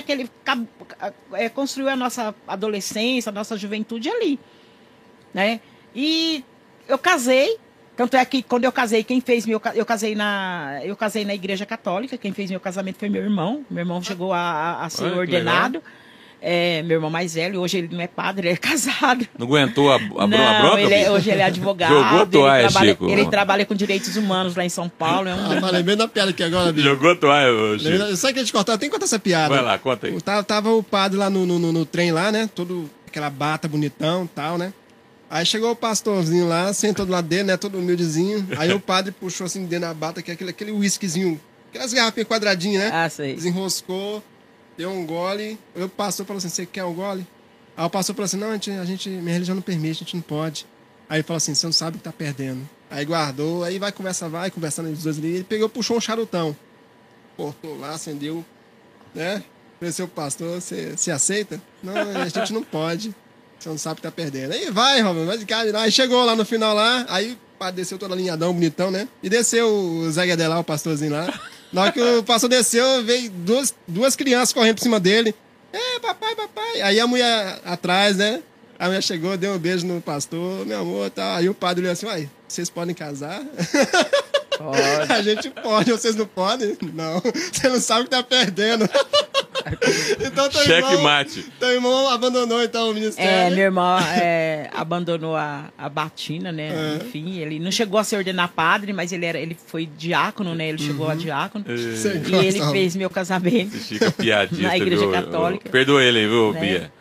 construiu a nossa adolescência, a nossa juventude ali, né? E eu casei. Tanto é que quando eu casei, eu casei na igreja católica, quem fez meu casamento foi meu irmão. Meu irmão chegou a ser ordenado. Meu irmão mais velho, hoje ele não é padre, ele é casado. Não aguentou a bronca? Hoje ele é advogado. Jogou toalha, Chico. Ele trabalha com direitos humanos lá em São Paulo. Falei bem da piada aqui agora, bicho. Jogou toalha, Chico. Eu sei que a gente cortar, tem que contar essa piada. Vai lá, conta aí. Tava o padre lá no trem lá, né? Todo aquela bata bonitão e tal, né? Aí chegou o pastorzinho lá, sentou do lado dele, né? Todo humildezinho. Aí o padre puxou assim dentro da bata, que é aquele whiskyzinho, aquelas garrafinhas quadradinhas, né? Ah, sei. Desenroscou, deu um gole. O pastor falou assim: você quer um gole? Aí o pastor falou assim: não, minha religião não permite, a gente não pode. Aí ele falou assim: você não sabe o que tá perdendo. Aí guardou, aí vai conversando os dois ali. Ele pegou, puxou um charutão. Cortou lá, acendeu, né? Ofereceu o pastor: você aceita? Não, a gente não pode. Você não sabe o que tá perdendo. Aí vai, Robin, vai de casa. Aí chegou lá no final lá, aí o padre desceu todo alinhadão, bonitão, né? E desceu o Zé Guedé lá, o pastorzinho lá. Na hora que o pastor desceu, veio duas crianças correndo por cima dele. Papai. Aí a mulher atrás, né? A mulher chegou, deu um beijo no pastor, meu amor, tá. Aí o padre olhou assim: uai, vocês podem casar? Pode. A gente pode, vocês não podem? Não, você não sabe o que tá perdendo. Então teu irmão abandonou então o ministério. Meu irmão abandonou a batina, né? Enfim, ele não chegou a se ordenar padre, mas ele foi diácono, né? Ele chegou a diácono. E ele fez meu casamento na igreja católica. Perdoa ele, viu, Bia?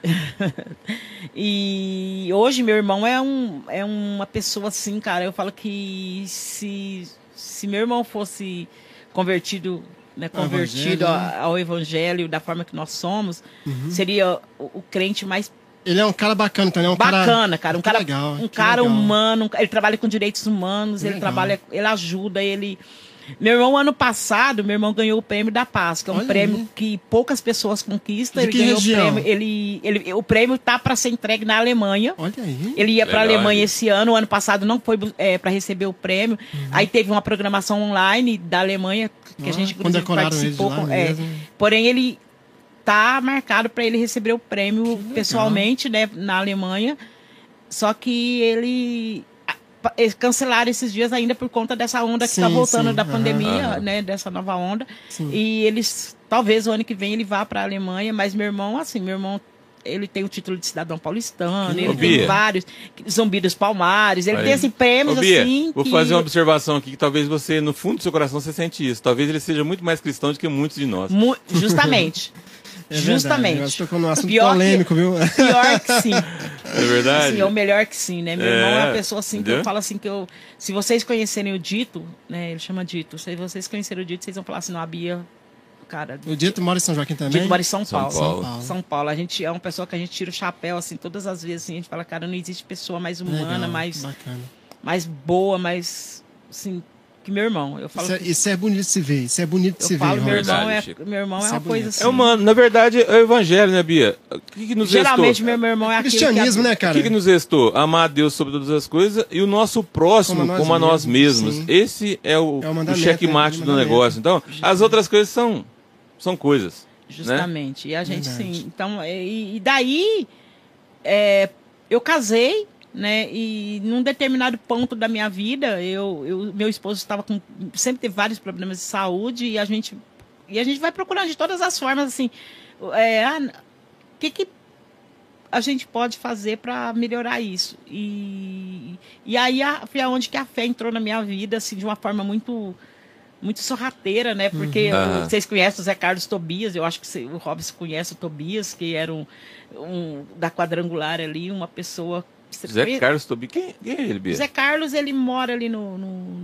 E hoje meu irmão é uma pessoa assim, cara. Eu falo que se meu irmão fosse convertido, né, ao evangelho da forma que nós somos, seria o crente mais... Ele é um cara bacana também, cara. Um cara legal, um cara humano, ele trabalha com direitos humanos, ele ajuda, Meu irmão, ano passado, ganhou o Prêmio da Paz, que é um prêmio que poucas pessoas conquistam. Ele ganhou o prêmio. O prêmio tá para ser entregue na Alemanha. Olha aí. Ele ia para a Alemanha esse ano. O ano passado não foi para receber o prêmio. Aí teve uma programação online da Alemanha que a gente participou. Porém, ele tá marcado para ele receber o prêmio pessoalmente, né, na Alemanha. Só que eles cancelaram esses dias ainda por conta dessa onda que está voltando da pandemia, né? Dessa nova onda. Sim. E eles, talvez o ano que vem ele vá para a Alemanha, mas meu irmão ele tem o título de cidadão paulistano, ele Bia. tem vários, Zumbi dos Palmares, ele tem assim, prêmios Bia, assim. vou fazer uma observação aqui, que talvez você, no fundo do seu coração, você sente isso. Talvez ele seja muito mais cristão do que muitos de nós. Justamente. Justamente. Você tocou num assunto polêmico, viu? Pior que sim. É verdade? Sim, ou melhor que sim, né? Meu irmão é uma pessoa assim, entendeu? que eu falo assim, se vocês conhecerem o Dito, né? Ele chama Dito. Se vocês conhecerem o Dito, vocês vão falar assim, não, a Bia, cara... O Dito mora em São Joaquim também? Dito mora em São Paulo. São Paulo. A gente é uma pessoa que a gente tira o chapéu, assim, todas as vezes, assim, a gente fala, cara, não existe pessoa mais humana, Legal, mais boa, mais, assim... que meu irmão. Eu falo isso é bonito de se ver. Isso é bonito de se ver. Meu irmão Verdade, é uma coisa assim. É humano. Na verdade, é o evangelho, né, Bia? O que nos Geralmente, restou? meu irmão é aquilo cristianismo, né, cara? O que nos restou? Amar a Deus sobre todas as coisas e o nosso próximo como a nós mesmos. Sim. Esse é o checkmate do negócio. Então, as outras coisas são coisas. Justamente. Né? E a gente, sim. Então, e daí, eu casei, né? E num determinado ponto da minha vida, meu esposo estava sempre teve vários problemas de saúde e a gente vai procurando de todas as formas assim, o que a gente pode fazer para melhorar isso? E aí foi aonde que a fé entrou na minha vida assim de uma forma muito sorrateira, né? Porque vocês conhecem o Zé Carlos Tobias, eu acho que o Robson conhece o Tobias, que era um da Quadrangular ali, uma pessoa. Zé Carlos Tobias, quem é ele, Bia? Zé Carlos, ele mora ali no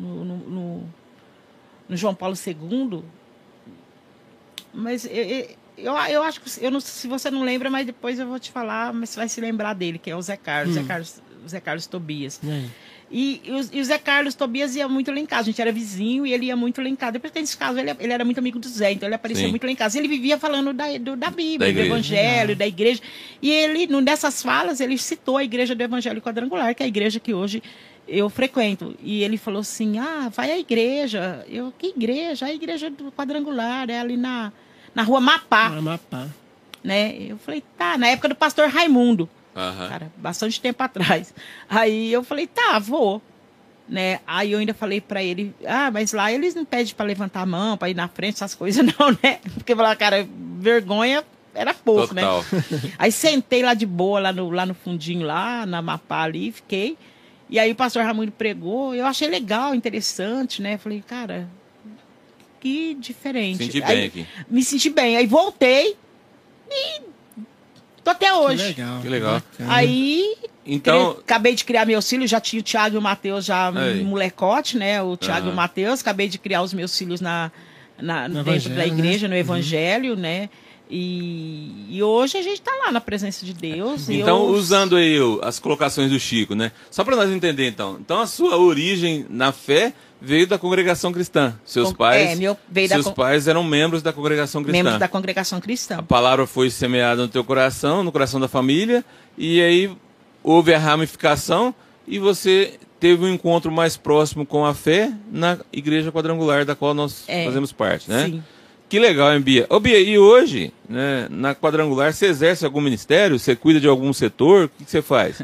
João Paulo II, mas eu acho que, eu não, se você não lembra, mas depois eu vou te falar, mas você vai se lembrar dele, que é o Zé Carlos, Zé Carlos Tobias. E o Zé Carlos Tobias ia muito lá em casa, a gente era vizinho e ele ia muito lá em casa. Depois que nesse caso, ele era muito amigo do Zé, então ele aparecia muito lá em casa. E ele vivia falando da Bíblia, do Evangelho, da igreja. E ele, nessas falas, ele citou a Igreja do Evangelho Quadrangular, que é a igreja que hoje eu frequento. E ele falou assim, vai à igreja. Que igreja? A Igreja do Quadrangular, é ali na rua Mapá. Né? Eu falei, tá, na época do pastor Raimundo. Cara, bastante tempo atrás. Aí eu falei, tá, vou. Né? Aí eu ainda falei pra ele, mas lá eles não pedem pra levantar a mão, pra ir na frente, essas coisas não, né? Porque eu falei, cara, vergonha era pouco, total, né? Aí sentei lá de boa, lá no fundinho, lá na Mapá ali, fiquei. E aí o pastor Raimundo pregou, eu achei legal, interessante, né? Falei, cara, que diferente. Senti bem aqui. Me senti bem. Aí voltei e tô até hoje. Que legal. Aí, então, acabei de criar meus filhos, já tinha o Thiago e o Matheus já molecote, né? O Thiago e o Matheus, acabei de criar os meus filhos dentro da igreja, no Evangelho, né? E hoje a gente tá lá na presença de Deus. Então, usando aí as colocações do Chico, né? Só para nós entender, então. Então, a sua origem na fé veio da congregação cristã. Seus pais eram membros da congregação cristã. Membros da congregação cristã. A palavra foi semeada no teu coração, no coração da família, e aí houve a ramificação e você teve um encontro mais próximo com a fé na Igreja Quadrangular, da qual nós fazemos parte, né? Sim. Que legal, hein, Bia? Ô, Bia, e hoje, né, na Quadrangular, você exerce algum ministério? Você cuida de algum setor? O que você faz?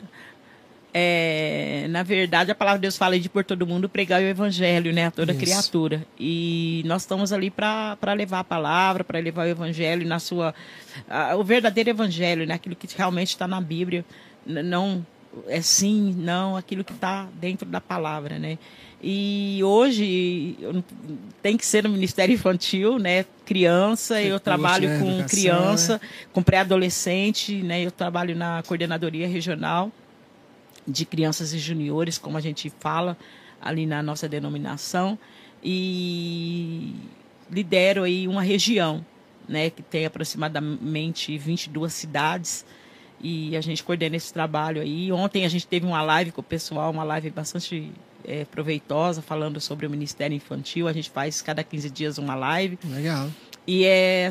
Na verdade, a palavra de Deus fala de por todo mundo pregar o evangelho, né, a toda criatura. E nós estamos ali para levar a palavra, para levar o evangelho na sua o verdadeiro evangelho, né, aquilo que realmente está na Bíblia, não é sim, não, aquilo que está dentro da palavra, né? E hoje tem que ser no Ministério Infantil, né? Criança, eu trabalho com educação, criança, com pré-adolescente, né? Eu trabalho na coordenadoria regional de crianças e juniores, como a gente fala ali na nossa denominação, e lidero aí uma região, né? Que tem aproximadamente 22 cidades. E a gente coordena esse trabalho aí. Ontem a gente teve uma live com o pessoal, uma live bastante proveitosa, falando sobre o Ministério Infantil. A gente faz cada 15 dias uma live. Legal. E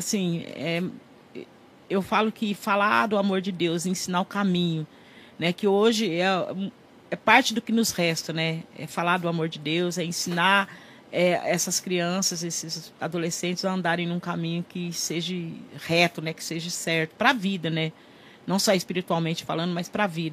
eu falo que falar do amor de Deus, ensinar o caminho, né? Que hoje é parte do que nos resta, né? É falar do amor de Deus, é ensinar essas crianças, esses adolescentes a andarem num caminho que seja reto, né? Que seja certo, para a vida, né? Não só espiritualmente falando, mas para a vida.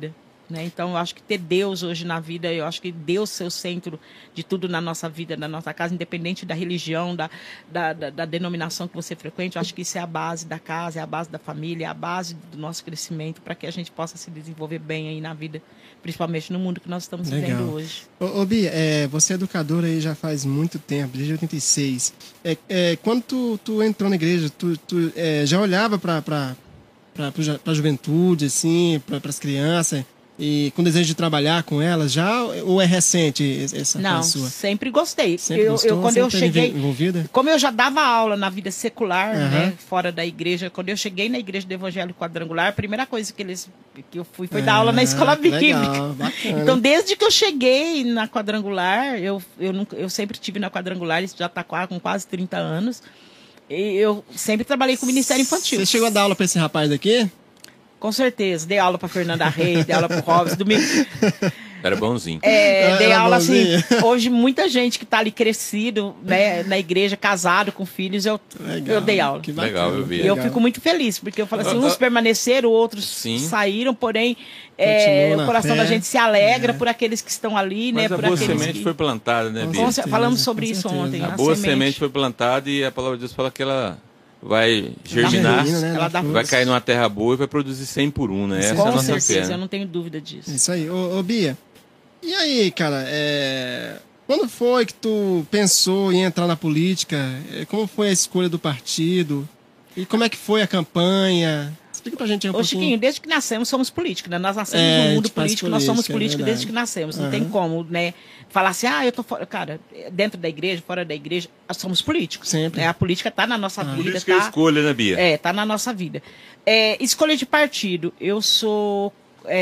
né? Então, eu acho que ter Deus hoje na vida, eu acho que Deus ser o centro de tudo na nossa vida, na nossa casa, independente da religião, da denominação que você frequente, eu acho que isso é a base da casa, é a base da família, é a base do nosso crescimento, para que a gente possa se desenvolver bem aí na vida, principalmente no mundo que nós estamos vivendo hoje. Ô, Bia, você é educadora aí já faz muito tempo, desde 86. Quando tu entrou na igreja, tu já olhava para a juventude, assim, para as crianças, e com desejo de trabalhar com elas já, ou é recente essa Não, sua? sempre gostei. Sempre gostou, quando eu cheguei, envolvida? como eu já dava aula na vida secular, né, fora da igreja, quando eu cheguei na igreja do Evangelho Quadrangular, a primeira coisa que eu fui foi dar aula na escola bíblica. Legal, bacana. Então, desde que eu cheguei na Quadrangular, eu sempre estive na Quadrangular, isso já está com quase 30 anos, e eu sempre trabalhei com o Ministério Infantil. Você chegou a dar aula para esse rapaz daqui? Com certeza, dei aula para Fernanda Reis, dei aula para o Robson, domingo. Era bonzinho. Dei aula bonzinho. Assim, hoje muita gente que está ali crescido, né, na igreja, casado, com filhos, eu dei aula. Que bacana, legal, eu vi. E eu fico muito feliz, porque eu falo assim, uns permaneceram, outros saíram, porém o coração da gente se alegra por aqueles que estão ali, mas né? A boa semente foi plantada, né, Bia? Falamos sobre isso ontem. A boa semente foi plantada e a palavra de Deus fala que ela vai germinar, né? Ela dá vai cair numa terra boa e vai produzir 100 por 1, né? Essa é a nossa fé. Eu não tenho dúvida disso. Isso aí. Ô Bia, e aí, cara, quando foi que tu pensou em entrar na política? Como foi a escolha do partido? E como é que foi a campanha? Explica pra gente aí um pouquinho. Chiquinho, desde que nascemos somos políticos, né? Nós nascemos no mundo político, nós somos políticos desde que nascemos. Não tem como, né? Falar assim, eu tô fora. Cara, dentro da igreja, fora da igreja, nós somos políticos. Sempre. A política tá na nossa vida. Política é escolha, né, Bia? Tá na nossa vida. Escolha de partido. Eu sou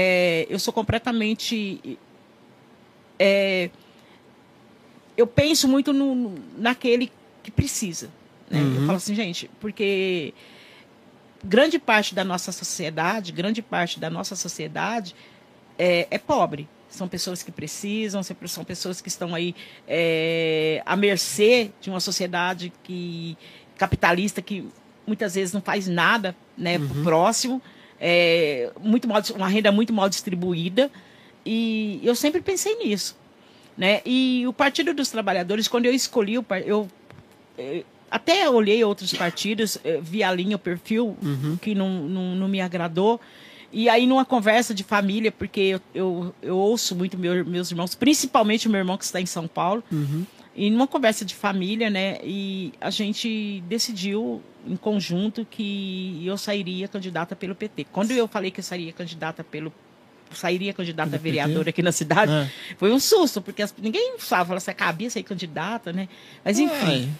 completamente... eu penso muito naquele que precisa. Né? Eu falo assim, gente, porque grande parte da nossa sociedade é pobre. São pessoas que precisam, são pessoas que estão aí à mercê de uma sociedade capitalista que muitas vezes não faz nada, né, pro próximo, uma renda muito mal distribuída, e eu sempre pensei nisso. Né? E o Partido dos Trabalhadores, quando eu escolhi, eu até olhei outros partidos, vi a linha, o perfil, que não me agradou. E aí, numa conversa de família, porque eu ouço muito meus irmãos, principalmente o meu irmão que está em São Paulo, e numa conversa de família, né, e a gente decidiu em conjunto que eu sairia candidata pelo PT. Quando eu falei que eu sairia candidata a vereadora aqui na cidade, foi um susto, porque ninguém falava assim, cabia ser candidata, né? Mas enfim.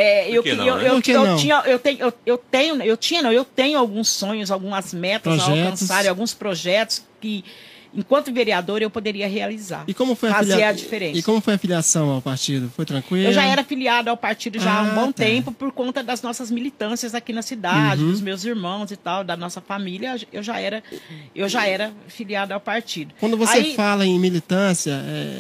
Eu tenho alguns sonhos, algumas metas a alcançar, alguns projetos que, enquanto vereador, eu poderia realizar. E como foi a diferença. E como foi a filiação ao partido? Foi tranquilo? Eu já era filiada ao partido já há um bom tempo, por conta das nossas militâncias aqui na cidade, dos meus irmãos e tal, da nossa família. Eu já era filiada ao partido. Quando você fala em militância,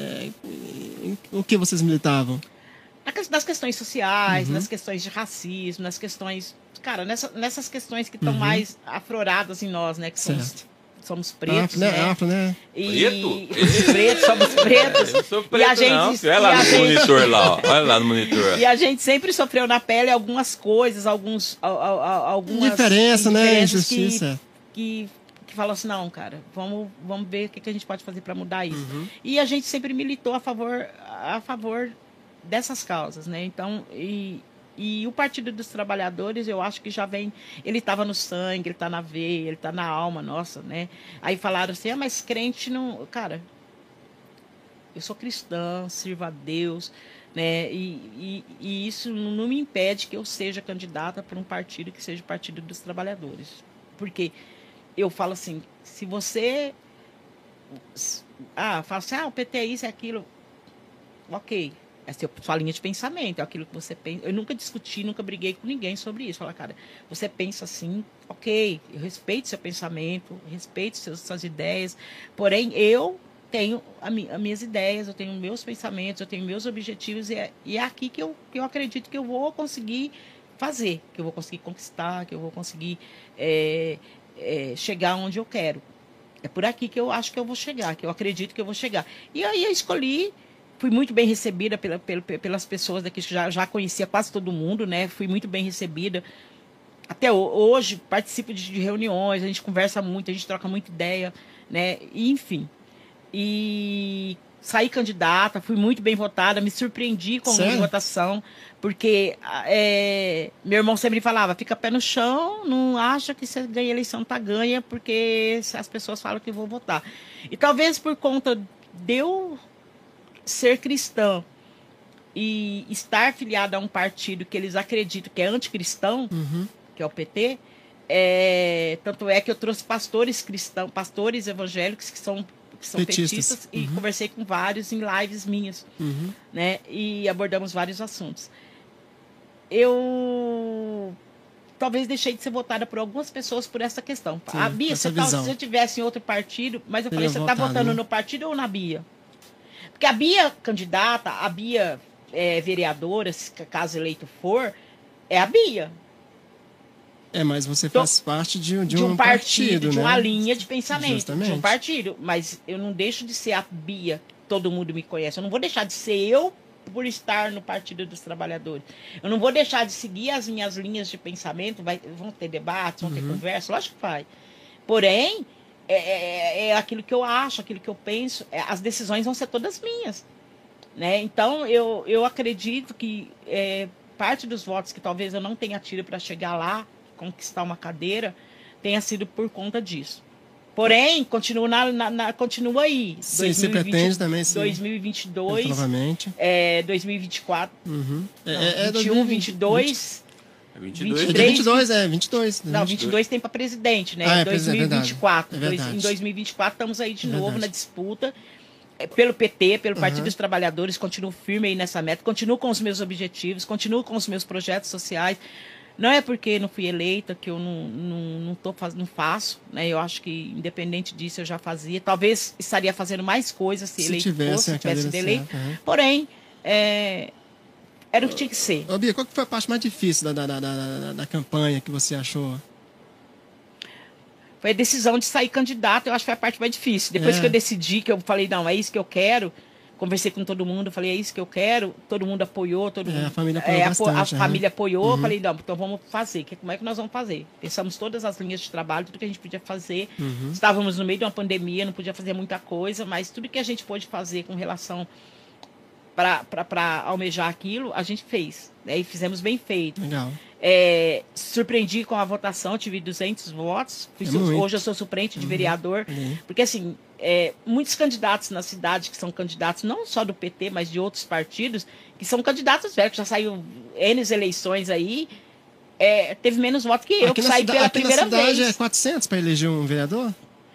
o que vocês militavam? Nas questões sociais, nas questões de racismo, nas questões... Cara, nessas questões que estão mais afloradas em nós, né? Que somos pretos, né? Afro, né? Somos pretos. Eu sou preto, olha lá no monitor lá, ó. Olha lá no monitor. E a gente sempre sofreu na pele algumas coisas, algumas diferença, né? Injustiça. Que falou assim, não, cara, vamos ver o que a gente pode fazer para mudar isso. E a gente sempre militou a favor dessas causas, né? Então, e o Partido dos Trabalhadores, eu acho que já vem... Ele estava no sangue, ele está na veia, ele está na alma nossa, né? Aí falaram assim, mas crente não... Cara, eu sou cristã, sirvo a Deus, né? E isso não me impede que eu seja candidata por um partido que seja o Partido dos Trabalhadores. Porque eu falo assim, se você... fala assim, o PT é isso, é aquilo... Ok. Essa é a sua linha de pensamento, é aquilo que você pensa. Eu nunca discuti, nunca briguei com ninguém sobre isso. Falar, cara, você pensa assim, ok, eu respeito seu pensamento, respeito suas ideias, porém eu tenho as minhas ideias, eu tenho meus pensamentos, eu tenho meus objetivos, e é aqui que eu acredito que eu vou conseguir fazer, que eu vou conseguir conquistar, que eu vou conseguir chegar onde eu quero. É por aqui que eu acho que eu vou chegar, que eu acredito que eu vou chegar. E aí eu escolhi, fui muito bem recebida pelas pessoas daqui, que já conhecia quase todo mundo, né? Fui muito bem recebida. Até hoje participo de reuniões, a gente conversa muito, a gente troca muita ideia, né? E, enfim. E saí candidata, fui muito bem votada, me surpreendi com a votação, porque meu irmão sempre falava, fica pé no chão, não acha que você ganha eleição, tá ganha, porque as pessoas falam que vou votar. E talvez por conta de eu ser cristã e estar filiada a um partido que eles acreditam que é anticristão, que é o PT, tanto é que eu trouxe pastores cristãos, pastores evangélicos que são petistas e conversei com vários em lives minhas, né? E abordamos vários assuntos. Eu talvez deixei de ser votada por algumas pessoas por essa questão. Sim, a Bia, se eu tivesse em outro partido, mas eu falei, você está votando no partido ou na Bia? Porque a Bia candidata, a Bia vereadora, se caso eleito for, é a Bia. Mas você faz parte de um partido, de né? uma linha de pensamento, Justamente. de um partido. Mas eu não deixo de ser a Bia, todo mundo me conhece. Eu não vou deixar de ser eu por estar no Partido dos Trabalhadores. Eu não vou deixar de seguir as minhas linhas de pensamento. Vão ter debates, vão ter conversa, lógico que vai. Porém, é aquilo que eu acho, aquilo que eu penso. As decisões vão ser todas minhas, né? Então, eu acredito que parte dos votos que talvez eu não tenha tido para chegar lá, conquistar uma cadeira, tenha sido por conta disso. Porém, continua aí. Sim, você pretende também, sim. 2022. Novamente. 2024. 21, 22. 22. Não, 22 tem para presidente, né? 2024. Em 2024 estamos aí de novo na disputa. Pelo PT, pelo Partido dos Trabalhadores, continuo firme aí nessa meta, continuo com os meus objetivos, continuo com os meus projetos sociais. Não é porque não fui eleita que eu não faço, né? Eu acho que, independente disso, eu já fazia. Talvez estaria fazendo mais coisas se tivesse eleito. Porém, era o que tinha que ser. Ô, Bia, qual que foi a parte mais difícil da campanha que você achou? Foi a decisão de sair candidato, eu acho que foi a parte mais difícil. Depois que eu decidi, que eu falei, não, é isso que eu quero, conversei com todo mundo, falei, é isso que eu quero, todo mundo apoiou, a família apoiou bastante. A família apoiou, falei, não, então vamos fazer, como é que nós vamos fazer? Pensamos todas as linhas de trabalho, tudo que a gente podia fazer, estávamos no meio de uma pandemia, não podia fazer muita coisa, mas tudo que a gente pôde fazer com relação para almejar aquilo, a gente fez, né? E fizemos bem feito. Legal. Surpreendi com a votação, tive 200 votos. Hoje eu sou suplente de vereador. Porque, assim, muitos candidatos na cidade, que são candidatos não só do PT, mas de outros partidos, que são candidatos velhos, que já saiu N eleições aí, teve menos votos que eu, que saí pela primeira vez. Aqui na cidade é 400 para eleger um vereador?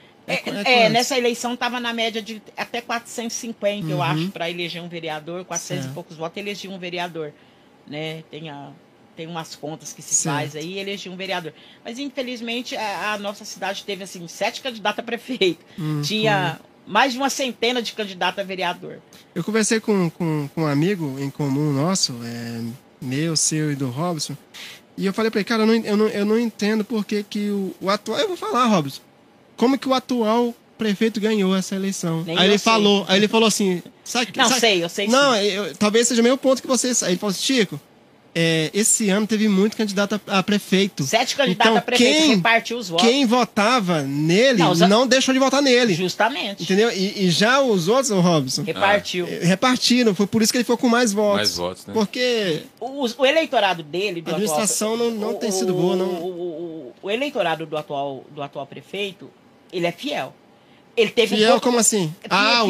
Nessa eleição estava na média de até 450, eu acho, para eleger um vereador, 400 e poucos votos, elegi um vereador, né? Tem umas contas que se faz aí, elegi um vereador. Mas, infelizmente, a nossa cidade teve, assim, 7 candidatos a prefeito. Tinha mais de uma centena de candidatos a vereador. Eu conversei com um amigo em comum nosso, meu, seu e do Robson, e eu falei para ele, cara, eu não entendo por que o atual... Eu vou falar, Robson. Como que o atual prefeito ganhou essa eleição? Aí ele falou assim... Eu sei. Não, talvez seja o mesmo ponto que você... Aí ele falou assim, Chico, esse ano teve muito candidato a prefeito. 7 candidatos a prefeito, repartiu os votos. Quem votava nele não deixou de votar nele. Justamente. Entendeu? E já os outros, o Robson... Repartiram. Foi por isso que ele ficou com mais votos. Mais votos, né? Porque... O eleitorado dele... A administração não tem sido boa, não. O eleitorado do atual prefeito, ele é fiel. Ele teve fiel como assim? Fiel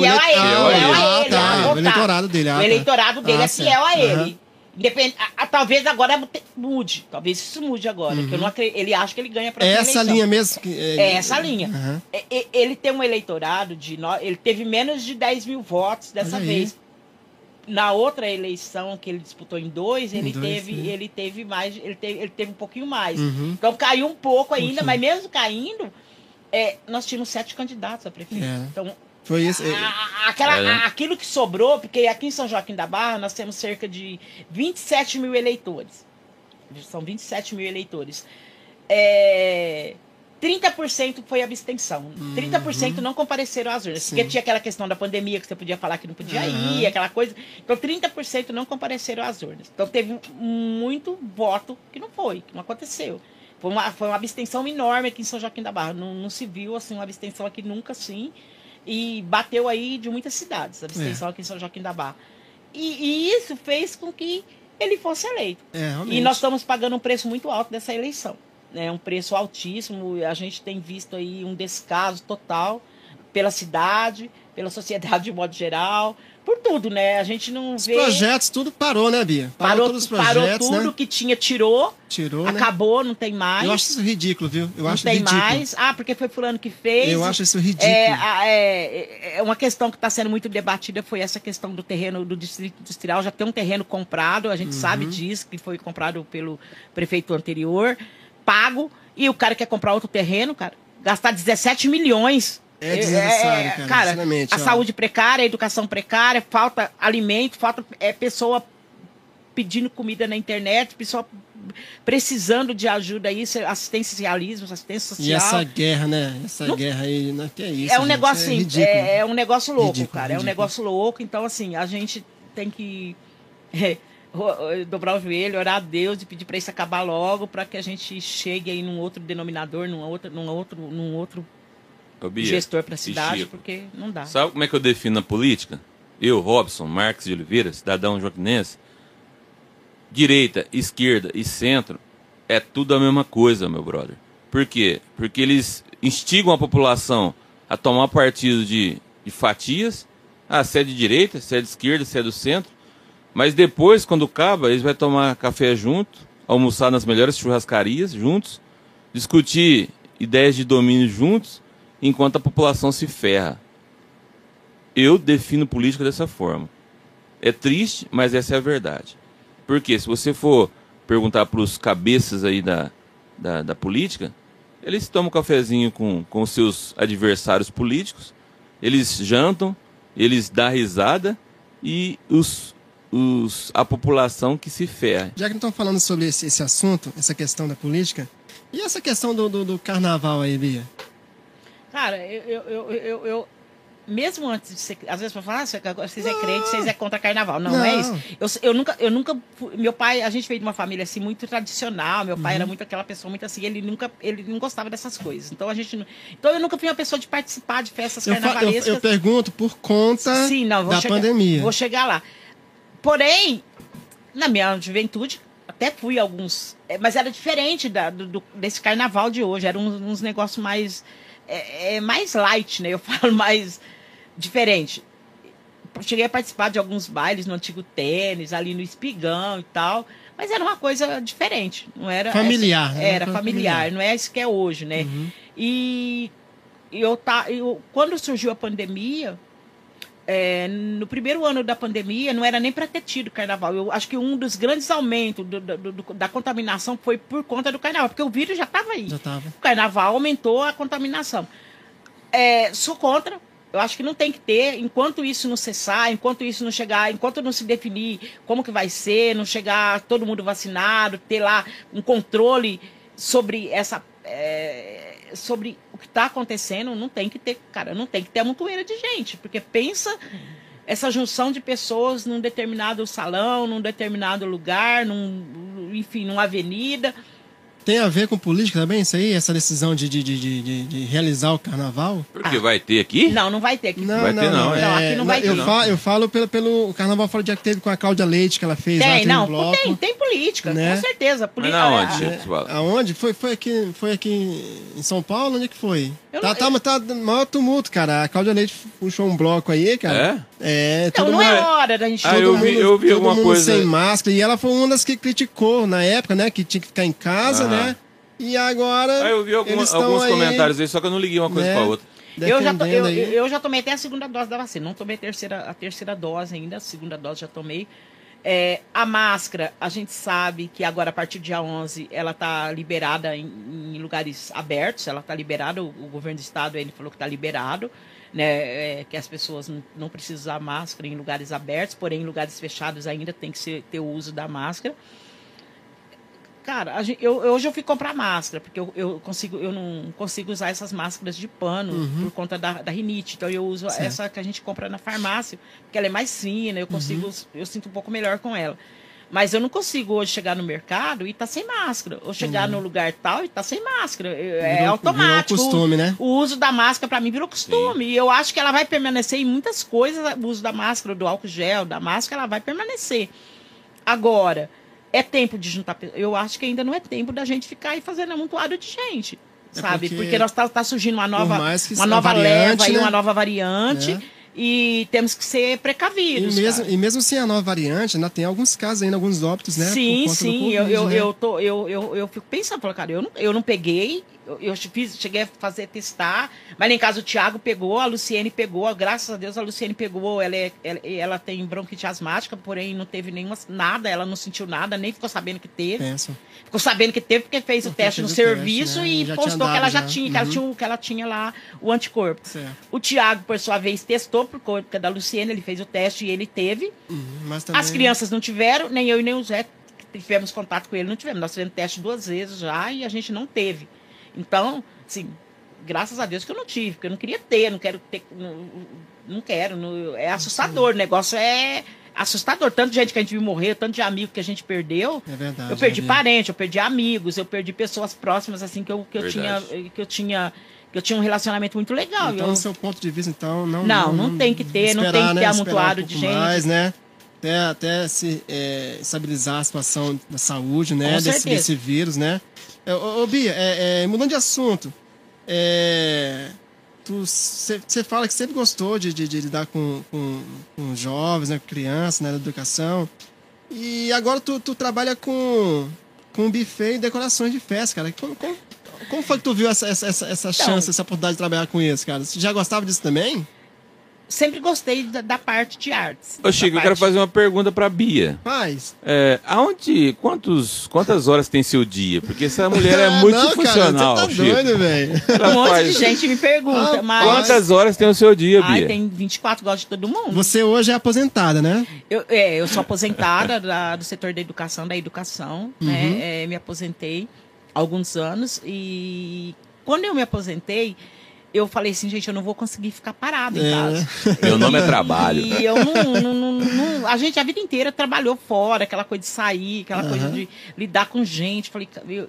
a ele. O eleitorado dele. O eleitorado dele é fiel a ele. Talvez agora mude. Talvez isso mude agora. Porque ele acha que ele ganha para essa linha mesmo? Essa linha. Ele tem um eleitorado ele teve menos de 10 mil votos dessa vez. Na outra eleição que ele disputou em 2, ele teve um pouquinho mais. Então caiu um pouco ainda, mas mesmo caindo, nós tínhamos 7 candidatos a prefeito. Então, foi isso. Aquilo que sobrou, porque aqui em São Joaquim da Barra nós temos cerca de 27 mil eleitores. São 27 mil eleitores. 30% foi abstenção. 30% não compareceram às urnas. Sim. Porque tinha aquela questão da pandemia, que você podia falar que não podia ir, aquela coisa. Então, 30% não compareceram às urnas. Então, teve muito voto que não foi, que não aconteceu. Foi uma abstenção enorme aqui em São Joaquim da Barra. Não se viu assim, uma abstenção aqui nunca assim. E bateu aí de muitas cidades, a abstenção aqui em São Joaquim da Barra. E isso fez com que ele fosse eleito. E nós estamos pagando um preço muito alto dessa eleição. É um preço altíssimo, a gente tem visto aí um descaso total pela cidade, pela sociedade de modo geral, por tudo, né? A gente não vê... Os projetos, tudo parou, né, Bia? Parou todos os projetos, parou tudo, né? Que tinha, tirou, acabou, né? Não tem mais. Eu acho isso ridículo, viu? Eu acho não tem ridículo. mais. Ah, porque foi fulano que fez. Eu acho isso ridículo. É uma questão que está sendo muito debatida, foi essa questão do terreno do Distrito Industrial, já tem um terreno comprado, a gente sabe disso, que foi comprado pelo prefeito anterior, pago, e o cara quer comprar outro terreno, cara, gastar 17 milhões. É desnecessário, cara. A saúde precária, a educação precária, falta alimento, falta pessoa pedindo comida na internet, pessoa precisando de ajuda aí, assistencialismo, assistência social. E essa guerra, né? Essa guerra aí, né? Que é isso, é um negócio assim, é um negócio louco, ridículo, cara. É um negócio louco, então assim, a gente tem que dobrar o joelho, orar a Deus e pedir para isso acabar logo, para que a gente chegue aí num outro denominador, num outro Bia, gestor para a cidade, porque não dá. Sabe como é que eu defino a política? Eu, Robson Marques de Oliveira, cidadão joaquinense, direita, esquerda e centro é tudo a mesma coisa, meu brother. Por quê? Porque eles instigam a população a tomar partido de fatias. Ah, se é de direita, se é de esquerda, se é do centro. Mas depois, quando acaba, eles vão tomar café junto, almoçar nas melhores churrascarias juntos, discutir ideias de domínio juntos, enquanto a população se ferra. Eu defino política dessa forma. É triste, mas essa é a verdade. Porque se você for perguntar para os cabeças aí da política, eles tomam um cafezinho com os seus adversários políticos, eles jantam, eles dão risada e a população que se ferra. Já que não estamos falando sobre esse assunto, essa questão da política, e essa questão do carnaval aí, Bia? Cara, eu mesmo antes de ser... Às vezes eu falo, vocês é crente, vocês é contra carnaval. Não é isso. Eu nunca... Meu pai, a gente veio de uma família assim muito tradicional. Meu pai era muito aquela pessoa muito assim, ele não gostava dessas coisas. Então eu nunca fui uma pessoa de participar de festas carnavalescas. Eu pergunto por conta da pandemia. Vou chegar lá. Porém, na minha juventude, até fui alguns... Mas era diferente desse carnaval de hoje. Eram uns negócios mais... mais light, né? Eu falo mais diferente. Cheguei a participar de alguns bailes no Antigo Tênis, ali no Espigão e tal, mas era uma coisa diferente, não era familiar, essa, era familiar, não é isso que é hoje, né? E quando surgiu a pandemia, no primeiro ano da pandemia, não era nem para ter tido carnaval. Eu acho que um dos grandes aumentos da contaminação foi por conta do carnaval, porque o vírus já estava aí. O carnaval aumentou a contaminação. Sou contra. Eu acho que não tem que ter, enquanto isso não cessar, enquanto isso não chegar, enquanto não se definir como que vai ser, não chegar todo mundo vacinado, ter lá um controle sobre sobre o que está acontecendo, não tem que ter, cara, não tem que ter a montoeira de gente, porque pensa essa junção de pessoas num determinado salão, num determinado lugar, enfim, numa avenida. Tem a ver com política também, isso aí? Essa decisão de realizar o carnaval? Porque vai ter aqui? Não vai ter aqui. Não, aqui não vai ter. Eu falo pelo o carnaval fora de que teve com a Cláudia Leite, que ela fez lá, um bloco. Tem política, né? Com certeza. Mas na onde? Aonde? Foi aqui em São Paulo? Onde é que foi? Tá maior tumulto, cara. A Cláudia Leite puxou um bloco aí, cara. Então não é hora da gente... Eu vi alguma coisa... sem máscara. E ela foi uma das que criticou na época, né? Que tinha que ficar em casa, né? E agora... eu vi alguns comentários aí, só que eu não liguei uma coisa com a outra. Eu já tomei até a segunda dose da vacina. Não tomei a terceira dose ainda. A segunda dose já tomei. A máscara, a gente sabe que agora, a partir do dia 11, ela está liberada em lugares abertos. Ela está liberada. O governo do estado, ele falou que está liberado. Né, que as pessoas não precisam usar máscara em lugares abertos, porém em lugares fechados ainda tem que ter o uso da máscara. Cara, hoje eu fui comprar máscara, porque eu não consigo usar essas máscaras de pano por conta da rinite. Então eu uso essa que a gente compra na farmácia, porque ela é mais fina, eu sinto um pouco melhor com ela. Mas eu não consigo hoje chegar no mercado e tá sem máscara. Ou chegar no lugar tal e tá sem máscara. É automático. Virou costume, né? O uso da máscara, para mim, virou costume. Sim. E eu acho que ela vai permanecer em muitas coisas. O uso da máscara, do álcool gel, da máscara, ela vai permanecer. Agora, é tempo de juntar... Eu acho que ainda não é tempo da gente ficar aí fazendo amontoado de gente. Sabe? Porque nós tá surgindo uma nova leva e uma nova variante. E temos que ser precavidos. E mesmo sem a nova variante, ainda tem alguns casos ainda, alguns óbitos, né? Sim, eu fico pensando, cara, eu não peguei, eu cheguei a testar, mas nem caso o Thiago pegou, a Luciene pegou, graças a Deus a Luciene pegou, ela tem bronquite asmática, porém não teve nada, ela não sentiu nada, nem ficou sabendo que teve. Ficou sabendo que teve porque fez o teste no serviço, né? E postou que ela já tinha, que ela tinha lá o anticorpo. Certo. O Thiago, por sua vez, testou por conta da Luciene, ele fez o teste e ele teve. Mas também... As crianças não tiveram, nem eu e nem o Zé tivemos contato com ele, não tivemos. Nós fizemos teste 2 vezes já e a gente não teve. Então, assim, graças a Deus que eu não tive, porque eu não queria ter, não quero ter, não quero, é assustador, o negócio é assustador, tanto de gente que a gente viu morrer, tanto de amigo que a gente perdeu. É verdade. Eu perdi parente, eu perdi amigos, eu perdi pessoas próximas, assim, que eu tinha um relacionamento muito legal. Então, do seu ponto de vista, então, não tem que ter, esperar, não tem que ter amontoado de gente. Mais, né? Até se estabilizar a situação da saúde, né? Desse vírus, né? Ô Bia, mudando de assunto, você fala que sempre gostou de lidar com jovens, né, com crianças, né, na educação, e agora tu trabalha com buffet e decorações de festa, cara. Como foi que tu viu essa chance, essa oportunidade de trabalhar com isso, cara? Você já gostava disso também? Sempre gostei da parte de artes. Ô Chico, eu quero fazer uma pergunta pra Bia. Faz. Quantas horas tem seu dia? Porque essa mulher é muito funcional, cara, você tá doido, velho. Um monte de gente me pergunta, mas... Quantas horas tem o seu dia, Bia? Tem 24, gosto de todo mundo. Você hoje é aposentada, né? Eu sou aposentada do setor da educação, né? Me aposentei há alguns anos e quando eu me aposentei, eu falei assim, gente, eu não vou conseguir ficar parada em casa. Meu nome é trabalho. E eu a gente a vida inteira trabalhou fora, aquela coisa de sair, aquela coisa de lidar com gente. Falei,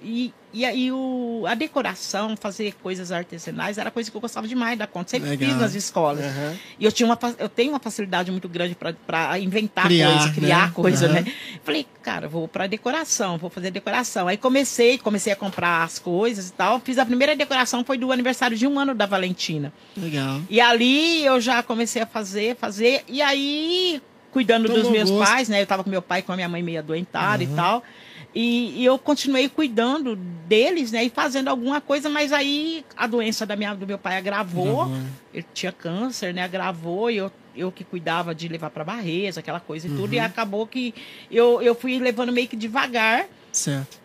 a decoração, fazer coisas artesanais, era coisa que eu gostava demais da conta. Sempre fiz nas escolas. E eu tenho uma facilidade muito grande para inventar criar coisa, né? Falei, cara, vou para decoração, vou fazer decoração. Aí comecei a comprar as coisas e tal. Fiz a primeira decoração, foi do aniversário de 1 ano da Valentina. Legal. E ali eu já comecei a fazer, e aí, cuidando dos meus pais, né? Eu tava com meu pai e com a minha mãe meio adoentada e tal. E eu continuei cuidando deles, né? E fazendo alguma coisa, mas aí a doença do meu pai agravou. Ele tinha câncer, né? Agravou e eu que cuidava de levar para Barreiras, aquela coisa e tudo. E acabou que eu fui levando meio que devagar. Certo.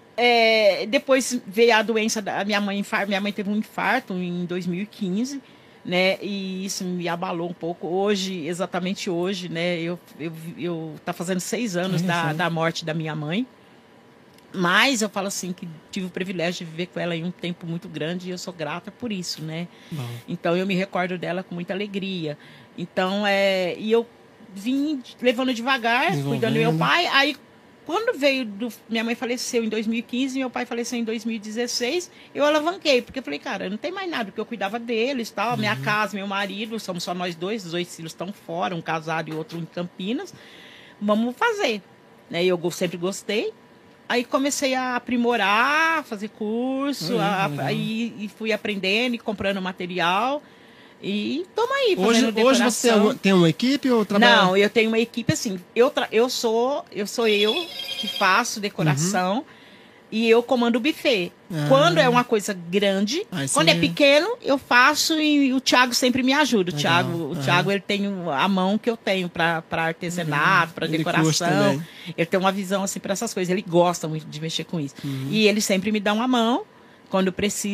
Depois veio a doença da minha mãe. Minha mãe teve um infarto em 2015. Né? E isso me abalou um pouco. Exatamente hoje, né? Tá fazendo 6 anos da morte da minha mãe. Mas eu falo assim que tive o privilégio de viver com ela em um tempo muito grande e eu sou grata por isso, né? Bom. Então eu me recordo dela com muita alegria. Então, e eu vim levando devagar, cuidando do meu pai. Aí, quando minha mãe faleceu em 2015, meu pai faleceu em 2016, eu alavanquei, porque eu falei, cara, não tem mais nada, porque eu cuidava deles, tal, minha casa, meu marido, somos só nós dois, os 2 filhos estão fora, um casado e outro em Campinas, vamos fazer. Né? Eu sempre gostei. Aí comecei a aprimorar, fazer curso, aí fui aprendendo e comprando material. E estamos aí fazendo decoração. Hoje você tem uma equipe ou trabalha? Não, eu tenho uma equipe assim. Eu sou eu que faço decoração e eu comando o buffet. Quando é uma coisa grande, quando é pequeno, eu faço e o Thiago sempre me ajuda. O Thiago ele tem a mão que eu tenho para artesanato, para decoração. Ele tem uma visão assim para essas coisas. Ele gosta muito de mexer com isso. E ele sempre me dá uma mão quando precisa.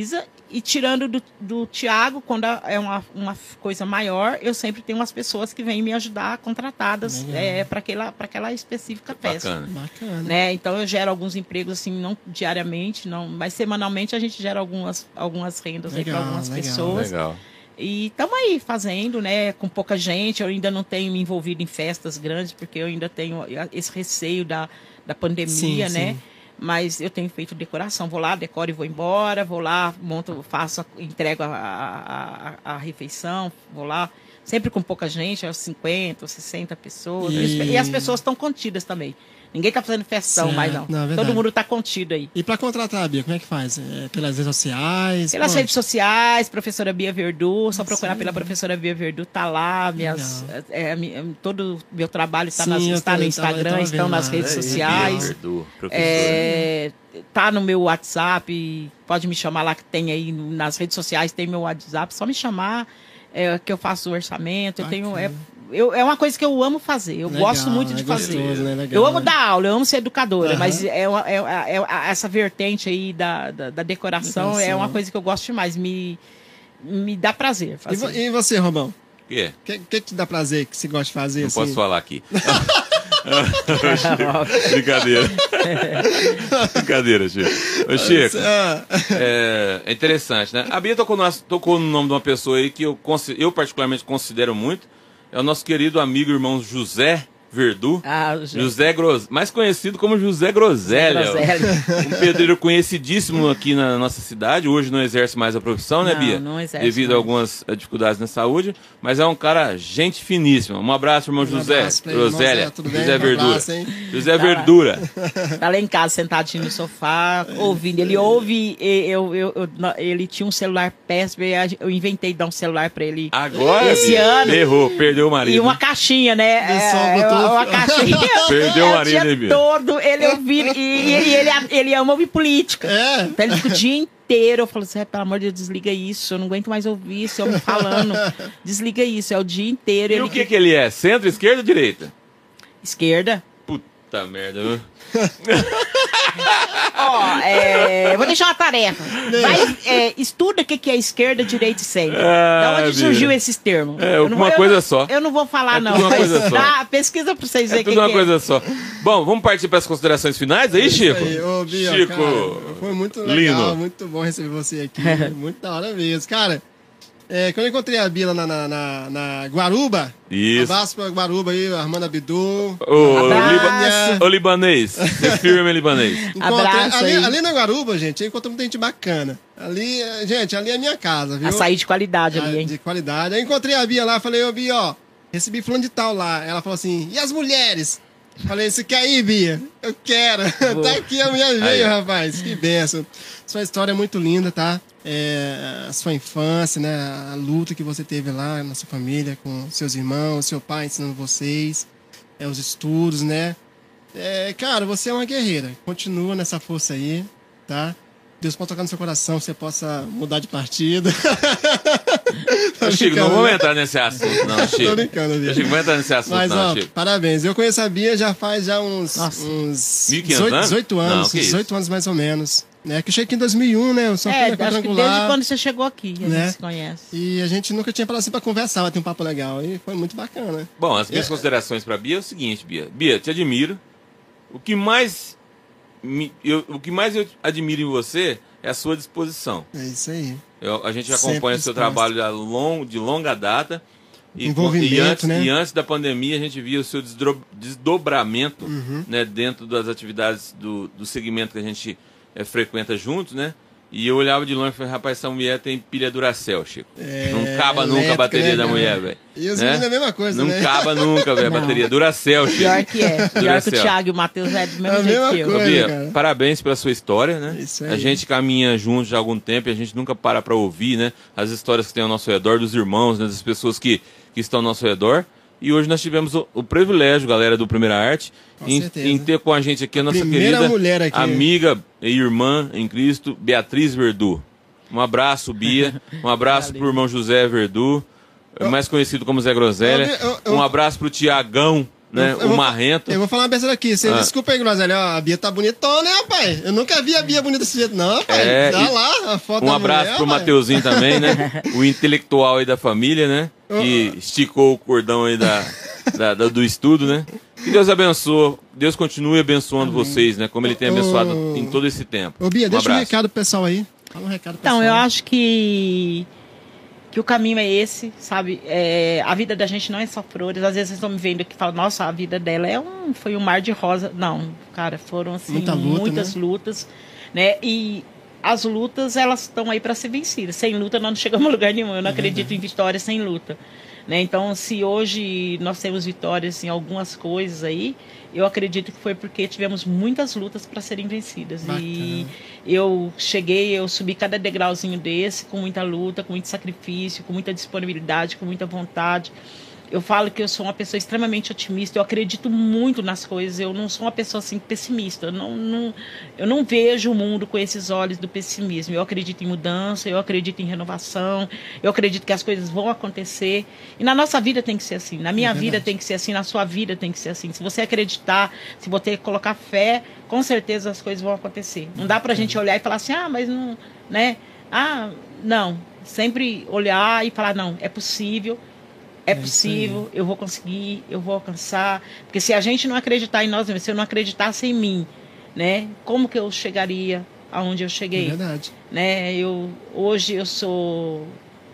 E tirando do Tiago, quando é uma coisa maior, eu sempre tenho umas pessoas que vêm me ajudar, contratadas para aquela específica festa. Bacana. Né? Então eu gero alguns empregos, assim, não diariamente, não, mas semanalmente a gente gera algumas rendas para algumas pessoas. Legal. E estamos aí fazendo, né? Com pouca gente. Eu ainda não tenho me envolvido em festas grandes, porque eu ainda tenho esse receio da pandemia, né? Sim. Mas eu tenho feito decoração. Vou lá, decoro e vou embora. Vou lá, monto, entrego a refeição. Vou lá, sempre com pouca gente, 50, 60 pessoas. E as pessoas estão contidas também. Ninguém tá fazendo festão mais, não. Todo mundo tá contido aí. E para contratar a Bia, como é que faz? Pelas redes sociais? Pelas redes sociais, professora Bia Verdu. Só procurar pela professora Bia Verdu, tá lá. Todo o meu trabalho está no Instagram, estão nas redes sociais. Verdu, tá no meu WhatsApp. Pode me chamar lá, que tem aí nas redes sociais, tem meu WhatsApp. Só me chamar, que eu faço o orçamento. Eu tenho... é uma coisa que eu amo fazer, eu gosto muito de fazer. Gostoso, né? Eu amo dar aula, eu amo ser educadora, mas essa vertente aí da decoração é uma coisa que eu gosto demais, me dá prazer fazer. E você, Romão? O quê? O que te dá prazer, que você gosta de fazer? Não assim? posso falar aqui. Brincadeira. Brincadeira, Chico. Ô, Chico, é interessante, né? A Bia tocou no nome de uma pessoa aí que eu particularmente considero muito. É o nosso querido amigo e irmão José Verdu. José mais conhecido como José Groselha. Um pedreiro conhecidíssimo aqui na nossa cidade. Hoje não exerce mais a profissão, né, Bia? Não exerce devido a algumas dificuldades na saúde. Mas é um cara gente finíssima. Um abraço, irmão José Groselha. José Verdura. José Verdura. Tá lá em casa, sentadinho no sofá, ouvindo. Ele ouve. Ele tinha um celular péssimo. Eu inventei de dar um celular pra ele. Agora? Esse ano. Errou, perdeu o marido. E uma caixinha, né? Uma caixinha. Perdeu o marido, né, Bia? Todo ele ouvir. E ele ama ouvir política. Então ele fica o dia inteiro. Eu falo assim, pelo amor de Deus, desliga isso. Eu não aguento mais ouvir esse homem falando. Desliga isso. É o dia inteiro. E o que ele é? Centro, esquerda ou direita? Esquerda. Puta merda, viu? Vou deixar uma tarefa. Estuda o que é esquerda, direita e centro. Da onde surgiu esses termos? Uma coisa só. Eu não vou falar, não. Uma coisa só. Pesquisa pra vocês verem o que é. Tudo uma coisa só. Bom, vamos partir para as considerações finais aí, Chico? Aí. Ô, Bia, Chico, cara, foi muito legal, lindo. muito bom receber você aqui. Muito da hora mesmo. Cara, quando eu encontrei a Bia lá na Guaruba, isso. Abraço pra Guaruba aí, Armando Abdu. Ô, libanês. Você firme, libanês. Abraço ali na Guaruba, gente, eu encontrei muita gente bacana. Ali é a minha casa, viu? Açaí de qualidade ali, hein? De qualidade. Aí encontrei a Bia lá, falei, ô Bia, recebi fulano de tal lá. Ela falou assim, e as mulheres? Falei, você quer ir, Bia? Eu quero. Tá aqui, a mulher veio, rapaz. Que benção. Sua história é muito linda, tá? A sua infância, né? A luta que você teve lá na sua família, com seus irmãos, seu pai ensinando vocês, os estudos, né? Cara, você é uma guerreira. Continua nessa força aí, tá? Deus pode tocar no seu coração, você possa mudar de partido. Chico, não vamos entrar nesse assunto, não, Chico. Tô brincando, Bia. Chico, vamos entrar nesse assunto, mas, não, Chico. Parabéns. Eu conheço a Bia já faz uns 18 anos, não, 18 anos mais ou menos. Né? Que eu cheguei aqui em 2001, né? Eu sou filho acho que desde quando você chegou aqui, a gente se conhece. E a gente nunca tinha falado assim pra conversar, vai ter um papo legal. E foi muito bacana. Bom, as minhas considerações pra Bia é o seguinte, Bia. Bia, te admiro. O que mais eu admiro em você é a sua disposição. É isso aí. A gente acompanha o seu trabalho de longa data. Envolvimento, né? E antes da pandemia a gente via o seu desdobramento, né, dentro das atividades do segmento que a gente frequenta juntos, né? E eu olhava de longe e falei, rapaz, essa mulher tem pilha Duracell, Chico. Não acaba nunca a bateria da mulher, velho. E os meninos é a mesma coisa, né? Não acaba nunca, velho, a bateria. Duracell, Chico. Pior que é. Pior que o Thiago e o Matheus é do mesmo jeito que eu. Bia, parabéns pela sua história, né? Isso aí. A gente caminha juntos já há algum tempo e a gente nunca para pra ouvir, né? As histórias que tem ao nosso redor, dos irmãos, né? Das pessoas que estão ao nosso redor. E hoje nós tivemos o privilégio, galera do Primeira Arte, em ter com a gente aqui a nossa querida amiga e irmã em Cristo, Beatriz Verdu. Um abraço, Bia. Um abraço pro irmão José Verdu, mais conhecido como Zé Groselha. Um abraço pro Tiagão né? O marrento. Eu vou falar uma besteira aqui. Você desculpa aí, Groselha. Ó, a Bia tá bonitona, né, rapaz? Eu nunca vi a Bia bonita desse jeito, não, rapaz. Dá lá a foto um abraço mulher, pro Mateuzinho também, né? O intelectual aí da família, né? Que esticou o cordão aí do estudo, né? Que Deus abençoe. Deus continue abençoando vocês, né? Como Ele tem abençoado em todo esse tempo. Ô, Bia, deixa um recado pro pessoal aí. Fala um recado pro pessoal. Então, eu acho que o caminho é esse, sabe? A vida da gente não é só flores. Às vezes vocês estão me vendo aqui e falam, nossa, a vida dela foi um mar de rosa. Não, cara, foram assim, muitas lutas, né? E as lutas, elas estão aí para ser vencidas. Sem luta, nós não chegamos a lugar nenhum. Eu não acredito em vitória sem luta. Né? Então, se hoje nós temos vitórias em algumas coisas aí, eu acredito que foi porque tivemos muitas lutas para serem vencidas. Bacana. E eu subi cada degrauzinho desse com muita luta, com muito sacrifício, com muita disponibilidade, com muita vontade. Eu falo que eu sou uma pessoa extremamente otimista, eu acredito muito nas coisas, eu não sou uma pessoa assim pessimista, eu não vejo o mundo com esses olhos do pessimismo. Eu acredito em mudança, eu acredito em renovação, eu acredito que as coisas vão acontecer. E na nossa vida tem que ser assim, na minha vida tem que ser assim, na sua vida tem que ser assim. Se você acreditar, se você colocar fé, com certeza as coisas vão acontecer. Não dá pra gente olhar e falar assim, mas não, né? Não. Sempre olhar e falar, não, é possível. É possível, eu vou conseguir, eu vou alcançar. Porque se a gente não acreditar em nós, se eu não acreditasse em mim, né? Como que eu chegaria aonde eu cheguei? É verdade. Né? Hoje eu sou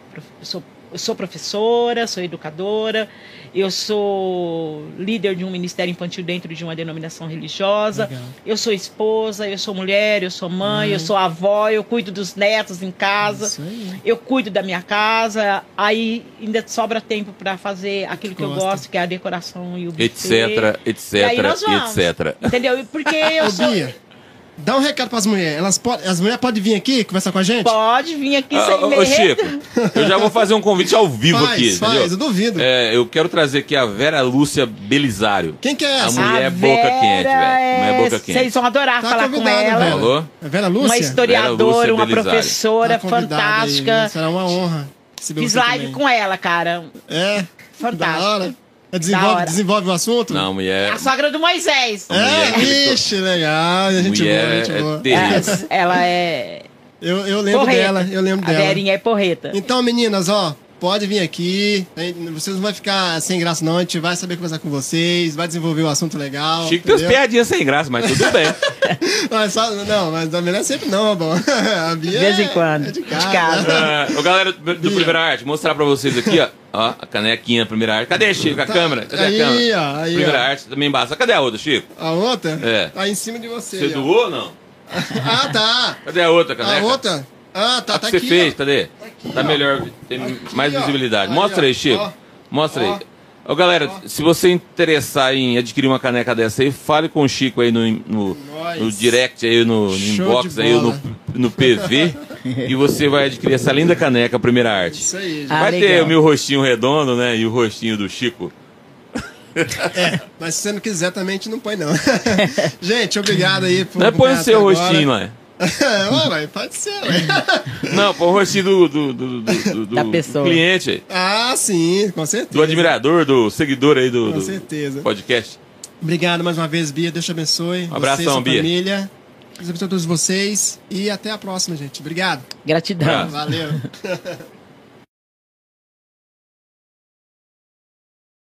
professora, sou educadora, eu sou líder de um ministério infantil dentro de uma denominação religiosa. Legal. Eu sou esposa, eu sou mulher, eu sou mãe, eu sou avó, eu cuido dos netos em casa, isso aí. Eu cuido da minha casa, aí ainda sobra tempo para fazer aquilo que eu gosto, que é a decoração e o buffet. etc. Entendeu? Porque eu sou... Bia, dá um recado para as mulheres. As mulheres podem vir aqui conversar com a gente? Pode vir aqui sem medo. Ô, Chico, eu já vou fazer um convite ao vivo aqui. Eu duvido. Eu quero trazer aqui a Vera Lúcia Belisário. Quem que é essa? A mulher boca quente, velho. Mulher boca quente. Vocês vão adorar falar com ela. Falou? É Vera Lúcia? Uma historiadora, uma professora fantástica. Aí. Será uma honra. Fiz live com ela, cara. Fantástica. Desenvolve o assunto? Não, mulher. É a sogra do Moisés. Vixe, legal. A gente boa. Ela é. Eu lembro dela. A Verinha é porreta. Então, meninas, pode vir aqui. Vocês não vão ficar sem graça, não. A gente vai saber conversar com vocês, vai desenvolver um assunto legal. Chico tem umas piadinhas sem graça, mas tudo bem. mas a mulher sempre não, bom. A Bia de vez em quando. É de casa. Galera do Primeira Arte, mostrar pra vocês aqui, ó, a canequinha Primeira Arte. Cadê, Chico? A câmera? Cadê a câmera? Primeira Arte também basta. Cadê a outra, Chico? A outra? Tá em cima de você. Você doou ou não? Tá. Cadê a outra caneca? A outra? Tá aqui. Você fez, cadê? Tá melhor, tem mais visibilidade. Mostra aí, Chico. Mostra aí. Galera, se você interessar em adquirir uma caneca dessa aí, fale com o Chico aí no direct, aí no inbox, aí no PV, e você vai adquirir essa linda caneca Primeira Arte. Isso aí, gente. Vai ter o meu rostinho redondo, né? E o rostinho do Chico. Mas se você não quiser também, a gente não põe, não. Gente, obrigado aí por. Não põe o seu rostinho lá. Pode ser, ué. Não, põe o rostinho do da pessoa. Cliente aí. Sim, com certeza. Do admirador, do seguidor aí do podcast. Obrigado mais uma vez, Bia. Deus te abençoe. Um abração, Bia. Família. Deus abençoe a todos vocês. E até a próxima, gente. Obrigado. Gratidão. Valeu.